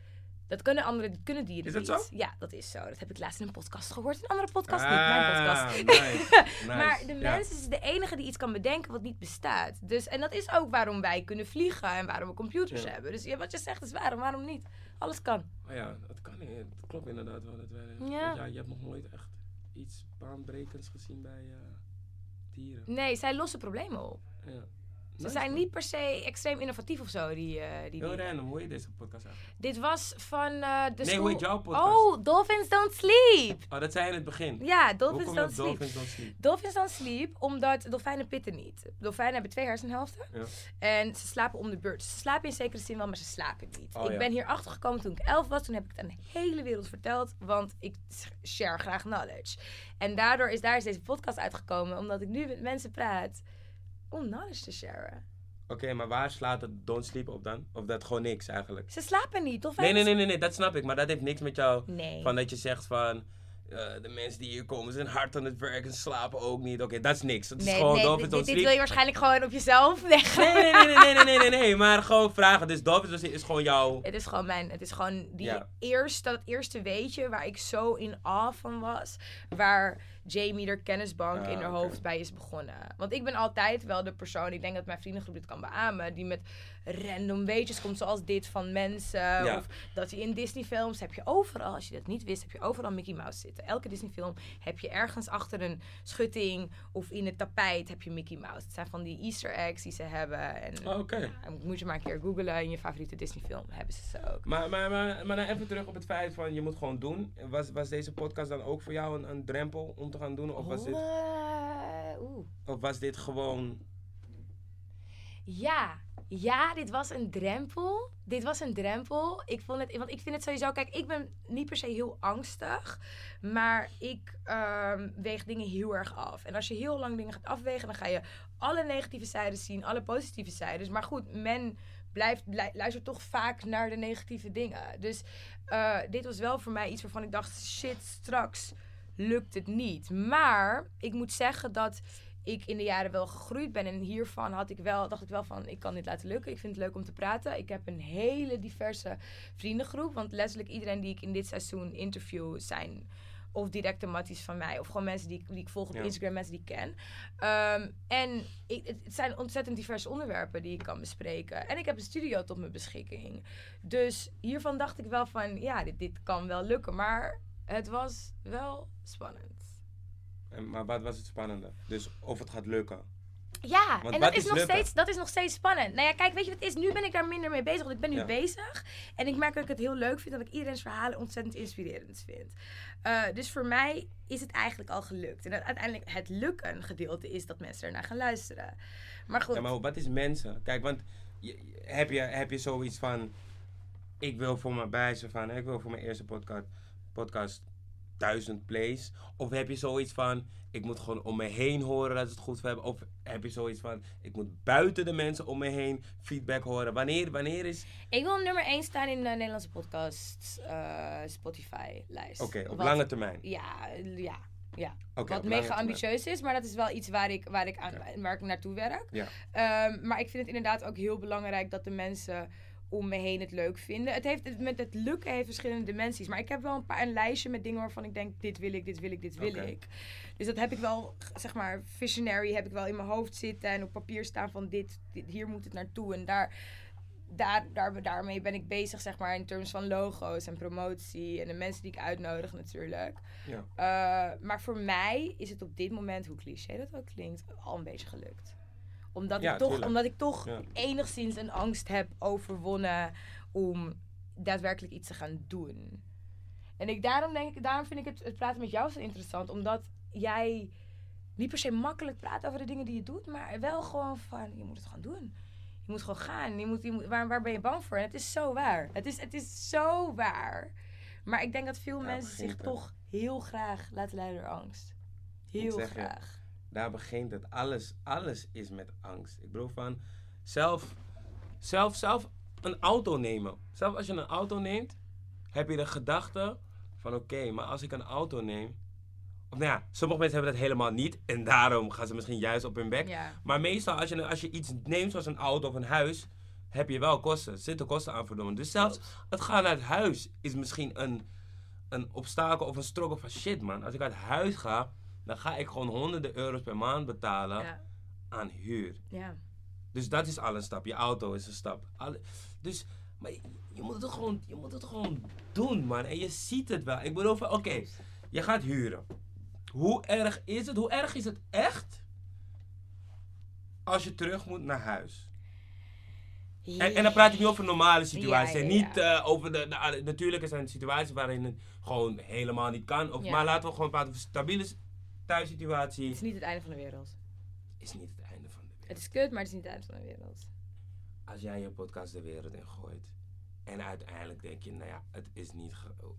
Dat kunnen dieren Is dat niet. zo? Ja, dat is zo. Dat heb ik laatst in een podcast gehoord. Een andere podcast niet, mijn podcast. Nice. Maar de mens is de enige die iets kan bedenken wat niet bestaat. Dus, en dat is ook waarom wij kunnen vliegen en waarom we computers hebben. Dus wat je zegt is waarom niet? Alles kan. Oh ja, dat kan niet. Dat klopt inderdaad wel. Dat wij, Ja. Je hebt nog nooit echt iets baanbrekends gezien bij dieren. Nee, zij lossen problemen op. Ja. Ze Nice, zijn man. niet per se extreem innovatief of zo, die Heel dieren. random, hoe heet deze podcast eigenlijk? Dit was van de Nee, school... hoe heet jouw podcast? Oh, Dolphins Don't Sleep! Oh, dat zei je in het begin. Ja, Hoe Dolphins kom je Don't op Sleep. Dolphins Don't Sleep? Dolphins don't sleep, omdat dolfijnen pitten niet. Dolfijnen hebben 2 hersenhelften. Ja. En ze slapen om de beurt. Ze slapen in zekere zin wel, maar ze slapen niet. Oh, ik ja. ben hier achter gekomen toen ik 11 was. Toen heb ik het aan de hele wereld verteld. Want ik share graag knowledge. En daar is deze podcast uitgekomen. Omdat ik nu met mensen praat om knowledge te sharen. Oké, maar waar slaat het Don't Sleep op dan? Of dat gewoon niks eigenlijk? Ze slapen niet. Dolfijnen... Nee, dat snap ik. Maar dat heeft niks met jou... Nee. Van dat je zegt van... de mensen die hier komen zijn hard aan het werk en slapen ook niet. Oké, dat is niks. Dat is gewoon Dolphins Don't dit Sleep. wil je waarschijnlijk gewoon op jezelf leggen. Nee. Maar gewoon vragen. Dus Dolphins Don't Sleep is gewoon jouw... Het is gewoon Ja. dat eerste weetje waar ik zo in awe van was. Waar Jamie er kennisbank in haar hoofd bij is begonnen. Want ik ben altijd wel de persoon, ik denk dat mijn vriendengroep dit kan beamen, die met random weetjes komt zoals dit van mensen. Ja. Of dat je in Disney films heb je overal, als je dat niet wist, heb je overal Mickey Mouse zitten. Elke Disney film heb je ergens achter een schutting of in het tapijt heb je Mickey Mouse. Het zijn van die Easter eggs die ze hebben. En Oké. moet je maar een keer googlen in je favoriete Disney film, hebben ze ook. Maar dan even terug op het feit van je moet gewoon doen. Was deze podcast dan ook voor jou een drempel om te gaan doen? Of was dit gewoon... Ja, dit was een drempel. Ik vond het, want ik vind het sowieso, kijk, ik ben niet per se heel angstig, maar ik weeg dingen heel erg af. En als je heel lang dingen gaat afwegen, dan ga je alle negatieve zijden zien, alle positieve zijden. Maar goed, men luistert toch vaak naar de negatieve dingen. Dus dit was wel voor mij iets waarvan ik dacht, shit, straks lukt het niet. Maar ik moet zeggen dat ik in de jaren wel gegroeid ben. En hiervan dacht ik wel van, ik kan dit laten lukken. Ik vind het leuk om te praten. Ik heb een hele diverse vriendengroep. Want letterlijk iedereen die ik in dit seizoen interview zijn of directe matties van mij. Of gewoon mensen die ik volg op Instagram, mensen die ik ken. Het zijn ontzettend diverse onderwerpen die ik kan bespreken. En ik heb een studio tot mijn beschikking. Dus hiervan dacht ik wel van, ja, dit kan wel lukken. Maar het was wel spannend. Maar wat was het spannende? Dus of het gaat lukken. Ja, Want en wat dat is nog steeds spannend. Nou ja, kijk, weet je wat het is? Nu ben ik daar minder mee bezig, want ik ben nu bezig. En ik merk dat ik het heel leuk vind, dat ik iedereen's verhalen ontzettend inspirerend vind. Dus voor mij is het eigenlijk al gelukt. En uiteindelijk het lukken gedeelte is dat mensen ernaar gaan luisteren. Maar goed. Ja, maar wat is mensen? Kijk, want heb je zoiets van... Ik wil voor mijn eerste podcast 1000 plays. Of heb je zoiets van... Ik moet gewoon om me heen horen dat ze het goed hebben. Of heb je zoiets van... Ik moet buiten de mensen om me heen feedback horen. Wanneer is... Ik wil op nummer 1 staan in de Nederlandse podcast Spotify-lijst. Oké, op lange termijn. Ja. Okay, wat mega ambitieus is, maar dat is wel iets waar ik naartoe werk. Ja. Maar ik vind het inderdaad ook heel belangrijk dat de mensen om me heen het leuk vinden. Met het lukken heeft verschillende dimensies. Maar ik heb wel een lijstje met dingen waarvan ik denk, dit wil ik. Dus dat heb ik wel, zeg maar, visionary heb ik wel in mijn hoofd zitten en op papier staan van hier moet het naartoe. En daarmee ben ik bezig, zeg maar, in terms van logo's en promotie en de mensen die ik uitnodig natuurlijk. Ja. Maar voor mij is het op dit moment, hoe cliché dat ook klinkt, al een beetje gelukt. Omdat ik toch enigszins een angst heb overwonnen om daadwerkelijk iets te gaan doen. En daarom vind ik het praten met jou zo interessant. Omdat jij niet per se makkelijk praat over de dingen die je doet. Maar wel gewoon van, je moet het gewoon doen. Je moet gewoon gaan. Waar ben je bang voor? En het is zo waar. Het is zo waar. Maar ik denk dat veel mensen zich toch heel graag laten leiden door angst. Heel graag. Daar begint het. Alles is met angst. Ik bedoel van... Zelf een auto nemen. Zelf als je een auto neemt... heb je de gedachte van... Oké, maar als ik een auto neem... Of nou ja, sommige mensen hebben dat helemaal niet. En daarom gaan ze misschien juist op hun bek. Ja. Maar meestal als je iets neemt zoals een auto of een huis... heb je wel kosten. Zitten kosten aan verdomme. Dus zelfs het gaan uit huis is misschien een obstakel of een struggle van shit, man. Als ik uit huis ga, dan ga ik gewoon honderden euro's per maand betalen aan huur. Ja. Dus dat is al een stap. Je auto is een stap. Dus, maar je moet het gewoon doen, man. En je ziet het wel. Ik bedoel van, oké, je gaat huren. Hoe erg is het? Hoe erg is het echt als je terug moet naar huis? En dan praat ik niet over normale situaties. Ja, En ja, niet over de natuurlijke zijn situaties waarin het gewoon helemaal niet kan. Ja. Maar laten we gewoon praten over stabiele thuissituatie. Het is niet het einde van de wereld. Is niet het einde van de wereld. Het is kut, maar het is niet het einde van de wereld. Als jij je podcast de wereld in gooit en uiteindelijk denk je, nou ja, het is niet...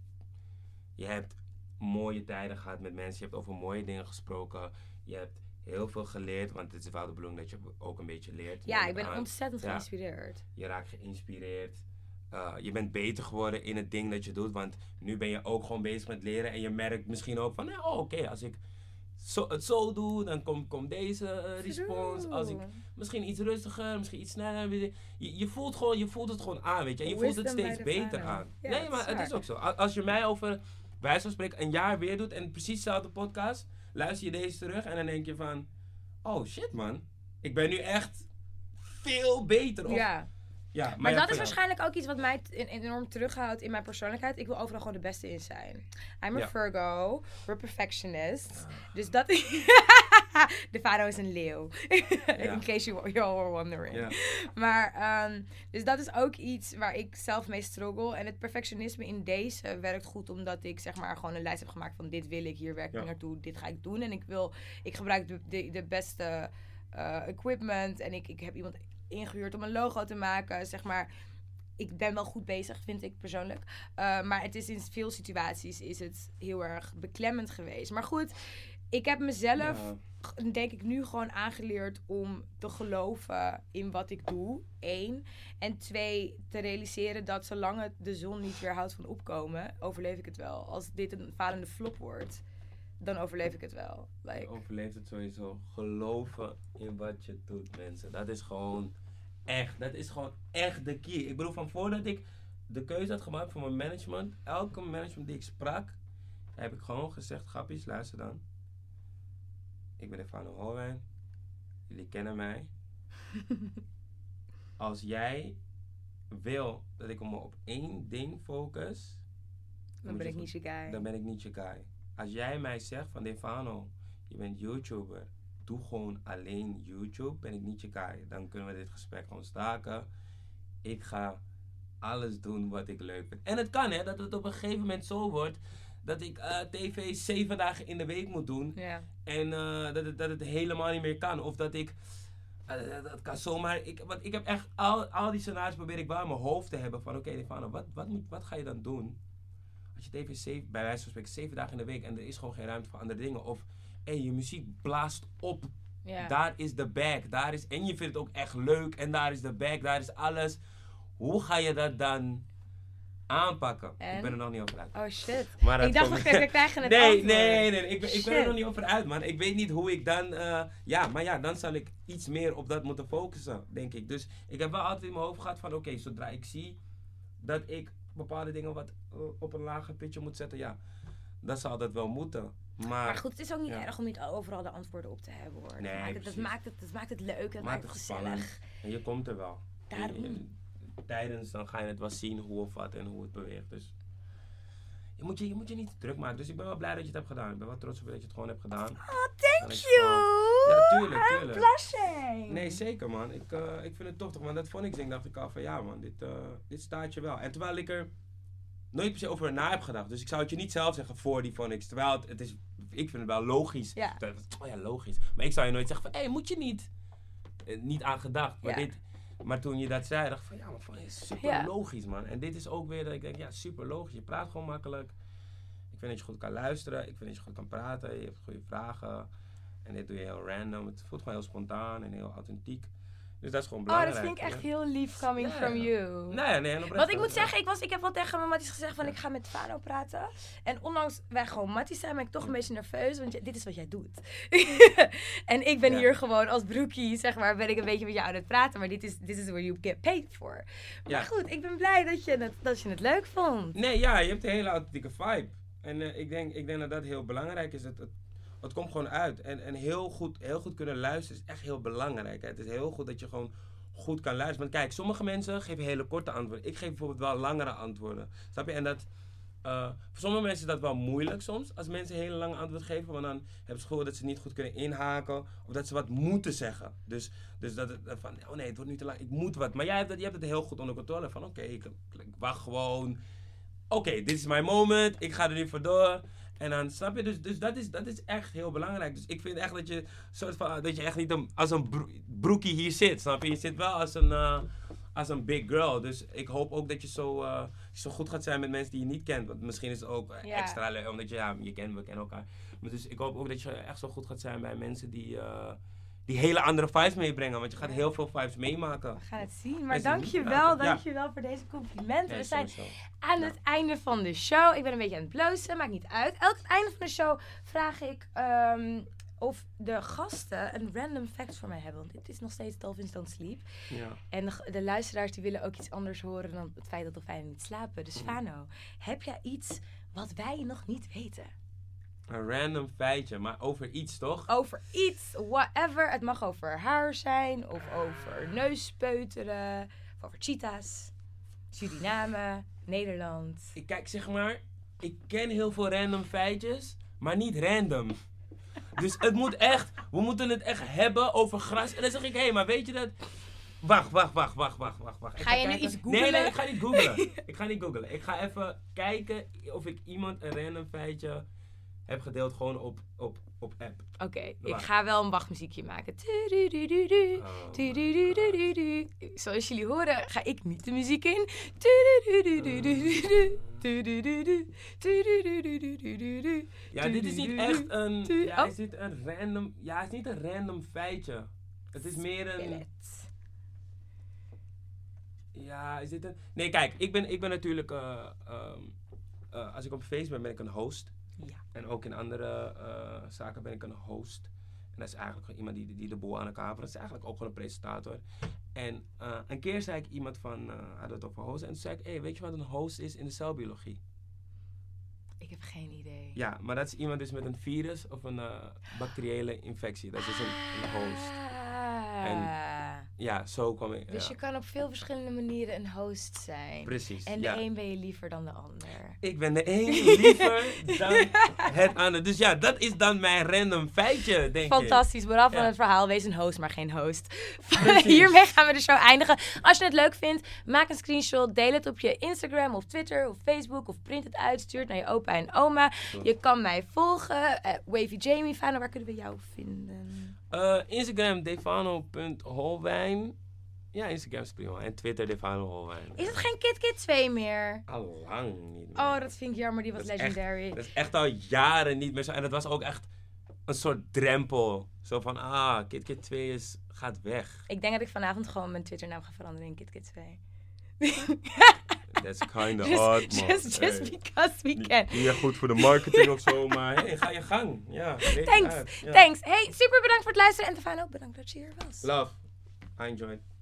Je hebt mooie tijden gehad met mensen, je hebt over mooie dingen gesproken, je hebt heel veel geleerd, want het is wel de bedoeling dat je ook een beetje leert. Ja, ik ben ontzettend geïnspireerd. Je raakt geïnspireerd. Je bent beter geworden in het ding dat je doet, want nu ben je ook gewoon bezig met leren en je merkt misschien ook van, nou, oké, als ik het zo doe, dan komt deze respons. Als ik misschien iets rustiger, misschien iets sneller. Je voelt het gewoon aan, weet je. En je voelt het steeds beter aan. Ja, nee, maar het is ook zo. Als je mij over, wijze van spreken, een jaar weer doet en precies dezelfde podcast, luister je deze terug en dan denk je van, oh shit man, ik ben nu echt veel beter. Of, ja, maar dat is waarschijnlijk ook iets wat mij enorm terughoudt in mijn persoonlijkheid. Ik wil overal gewoon de beste in zijn. I'm a Virgo, we're perfectionist. Dus dat is... De Faro is een leeuw. In case you all were wondering. Maar, dus dat is ook iets waar ik zelf mee struggle. En het perfectionisme in deze werkt goed omdat ik zeg maar gewoon een lijst heb gemaakt van dit wil ik, hier werk ik naartoe, dit ga ik doen. En ik gebruik de beste equipment en ik heb iemand ingehuurd om een logo te maken, zeg maar. Ik ben wel goed bezig, vind ik persoonlijk. Maar het is in veel situaties is het heel erg beklemmend geweest. Maar goed, ik heb mezelf, denk ik, nu gewoon aangeleerd om te geloven in wat ik doe. 1. En 2, te realiseren dat zolang het de zon niet weerhoudt van opkomen, overleef ik het wel. Als dit een falende flop wordt, dan overleef ik het wel. Je overleeft het sowieso. Geloven in wat je doet, mensen. Dat is gewoon echt de key. Ik bedoel, van voordat ik de keuze had gemaakt voor mijn management, elke management die ik sprak, heb ik gewoon gezegd, grappies, luister dan. Ik ben Stefano Holwijn. Jullie kennen mij. Als jij wil dat ik me op één ding focus, dan ben ik niet je guy. Dan ben ik niet je guy. Als jij mij zegt van Stefano, je bent YouTuber, doe gewoon alleen YouTube, ben ik niet je guy. Dan kunnen we dit gesprek gewoon staken. Ik ga alles doen wat ik leuk vind. En het kan dat het op een gegeven moment zo wordt dat ik tv 7 dagen in de week moet doen. Ja. En dat het helemaal niet meer kan. Of dat ik... dat kan zomaar... Want ik heb echt al die scenario's probeer ik wel in mijn hoofd te hebben. Van oké, Stefano, wat ga je dan doen? Als je tv bij wijze van spreken 7 dagen in de week en er is gewoon geen ruimte voor andere dingen. Of je muziek blaast op. Ja. Daar is de bag. En je vindt het ook echt leuk. En daar is de bag. Daar is alles. Hoe ga je dat dan aanpakken? En? Ik ben er nog niet over uit. Oh shit. Maar ik dacht nog even, we krijgen het nee, antwoord. Nee. Ik ben er nog niet over uit, man. Ik weet niet hoe ik dan... dan zal ik iets meer op dat moeten focussen, denk ik. Dus ik heb wel altijd in mijn hoofd gehad van... Oké, zodra ik zie dat ik bepaalde dingen wat op een lager pitje moet zetten... dan zal dat wel moeten. Maar goed, het is ook niet erg om niet overal de antwoorden op te hebben, hoor. Nee, dat maakt het leuk, dat maakt het gezellig. En je komt er wel. Daarom. Tijdens, dan ga je het wel zien hoe of wat en hoe het beweegt. Dus je moet je niet druk maken. Dus ik ben wel blij dat je het hebt gedaan. Ik ben wel trots op dat je het gewoon hebt gedaan. Oh, thank you! Ja, tuurlijk. I'm blushing! Nee, zeker, man. Ik vind het tof, toch? Want dat Phonics-ding dacht ik al van, ja, man, dit staat je wel. En terwijl ik er nooit per se over na heb gedacht. Dus ik zou het je niet zelf zeggen voor die Phonics. Terwijl het is, ik vind het wel logisch. Ja. Logisch. Maar ik zou je nooit zeggen van, moet je niet. Niet aan gedacht. Maar maar toen je dat zei, dacht ik van, ja, maar het is super logisch, man. En dit is ook weer dat ik denk, ja, super logisch. Je praat gewoon makkelijk. Ik vind dat je goed kan luisteren. Ik vind dat je goed kan praten. Je hebt goede vragen. En dit doe je heel random. Het voelt gewoon heel spontaan en heel authentiek. Dus dat is gewoon Oh, belangrijk. dat vind ik echt ja. heel lief coming from you. Nee, en Want ik moet zeggen, ik heb wel tegen mijn matties gezegd van ik ga met Fano praten. En ondanks wij gewoon matties zijn, ben ik toch een beetje nerveus. Want dit is wat jij doet. En ik ben hier gewoon als broekie, zeg maar, ben ik een beetje met jou aan het praten. Maar dit is where you get paid for. Maar goed, ik ben blij dat je het leuk vond. Nee, ja, je hebt een hele authentieke vibe. En ik denk dat dat heel belangrijk is. Het komt gewoon uit. En heel goed kunnen luisteren is echt heel belangrijk. Hè. Het is heel goed dat je gewoon goed kan luisteren. Want kijk, sommige mensen geven hele korte antwoorden. Ik geef bijvoorbeeld wel langere antwoorden. Snap je? En dat, voor sommige mensen is dat wel moeilijk soms. Als mensen hele lange antwoorden geven. Want dan hebben ze het gevoel dat ze niet goed kunnen inhaken. Of dat ze wat moeten zeggen. Dus dat van, oh nee, het wordt nu te lang. Ik moet wat. Maar je hebt het heel goed onder controle. Van oké, ik wacht gewoon. Oké, dit is mijn moment. Ik ga er nu voor door. En dan, snap je? Dus dat is echt heel belangrijk. Dus ik vind echt dat je dat je echt niet als een broekie hier zit, snap je? Je zit wel als een big girl. Dus ik hoop ook dat je zo goed gaat zijn met mensen die je niet kent. Want misschien is het ook extra leuk, omdat we kennen elkaar. Maar dus ik hoop ook dat je echt zo goed gaat zijn bij mensen die hele andere vibes meebrengen. Want je gaat heel veel vibes meemaken. We gaan het zien. Maar dankjewel voor deze complimenten. Nee, we zijn sowieso. aan het einde van de show. Ik ben een beetje aan het blozen, maakt niet uit. Elk einde van de show vraag ik of de gasten een random fact voor mij hebben. Want dit is nog steeds Dolphins Don't Sleep. Ja. En de luisteraars die willen ook iets anders horen dan het feit dat dolfijnen niet slapen. Dus Fano, heb jij iets wat wij nog niet weten? Een random feitje, maar over iets toch? Over iets, whatever. Het mag over haar zijn, of over neuspeuteren, of over cheetahs, Suriname, Nederland. Ik ken heel veel random feitjes, maar niet random. Dus het moet echt, we moeten het echt hebben over gras. En dan zeg ik, hé, maar weet je dat... Wacht. Ga je nu iets googlen? Nee, ik ga niet googlen. Ik ga even kijken of ik iemand een random feitje heb gedeeld gewoon op app. Oké, ik Wacht. ga wel een wachtmuziekje maken. Zoals jullie horen ga ik niet de muziek in. Ja, dit is niet echt een... Ja, is dit een random... Ja, het is niet een random feitje. Het is meer een... Ja, is dit een... Nee, kijk, ik ben natuurlijk... als ik op Facebook ben ik een host. Ja. En ook in andere zaken ben ik een host. En dat is eigenlijk gewoon iemand die de boel aan elkaar brengt. Dat is eigenlijk ook gewoon een presentator. En een keer zei ik iemand van... had het over host. En toen zei ik, hey, weet je wat een host is in de celbiologie? Ik heb geen idee. Ja, maar dat is iemand dus met een virus of een bacteriële infectie. Dat is dus een host. En ja, zo kwam ik. Dus je kan op veel verschillende manieren een host zijn. Precies. En de een ben je liever dan de ander. Ik ben de een liever dan het ander. Dus ja, dat is dan mijn random feitje, denk ik. Fantastisch. Moraal van het verhaal. Wees een host, maar geen host. Hiermee gaan we de show eindigen. Als je het leuk vindt, maak een screenshot. Deel het op je Instagram of Twitter of Facebook. Of print het uit. Stuur het naar je opa en oma. Je kan mij volgen. Wavy Jamie. Fano, waar kunnen we jou vinden? Instagram defano.holwijn. Ja, Instagram is prima. En Twitter Defano Holwijn. Is het geen KitKit 2 meer? Allang niet meer. Oh, dat vind ik jammer. Die was Dat is legendary. Dat is echt al jaren niet meer zo. En dat was ook echt een soort drempel. Zo van, KitKit 2 gaat weg. Ik denk dat ik vanavond gewoon mijn Twitternaam ga veranderen in KitKit 2. That's kinda odd, man. Just because we can. Niet goed voor de marketing of zo, maar hey, ga je gang. Ja, Thanks. Hey, super bedankt voor het luisteren. En Stefano, bedankt dat je hier was. Love. I enjoyed.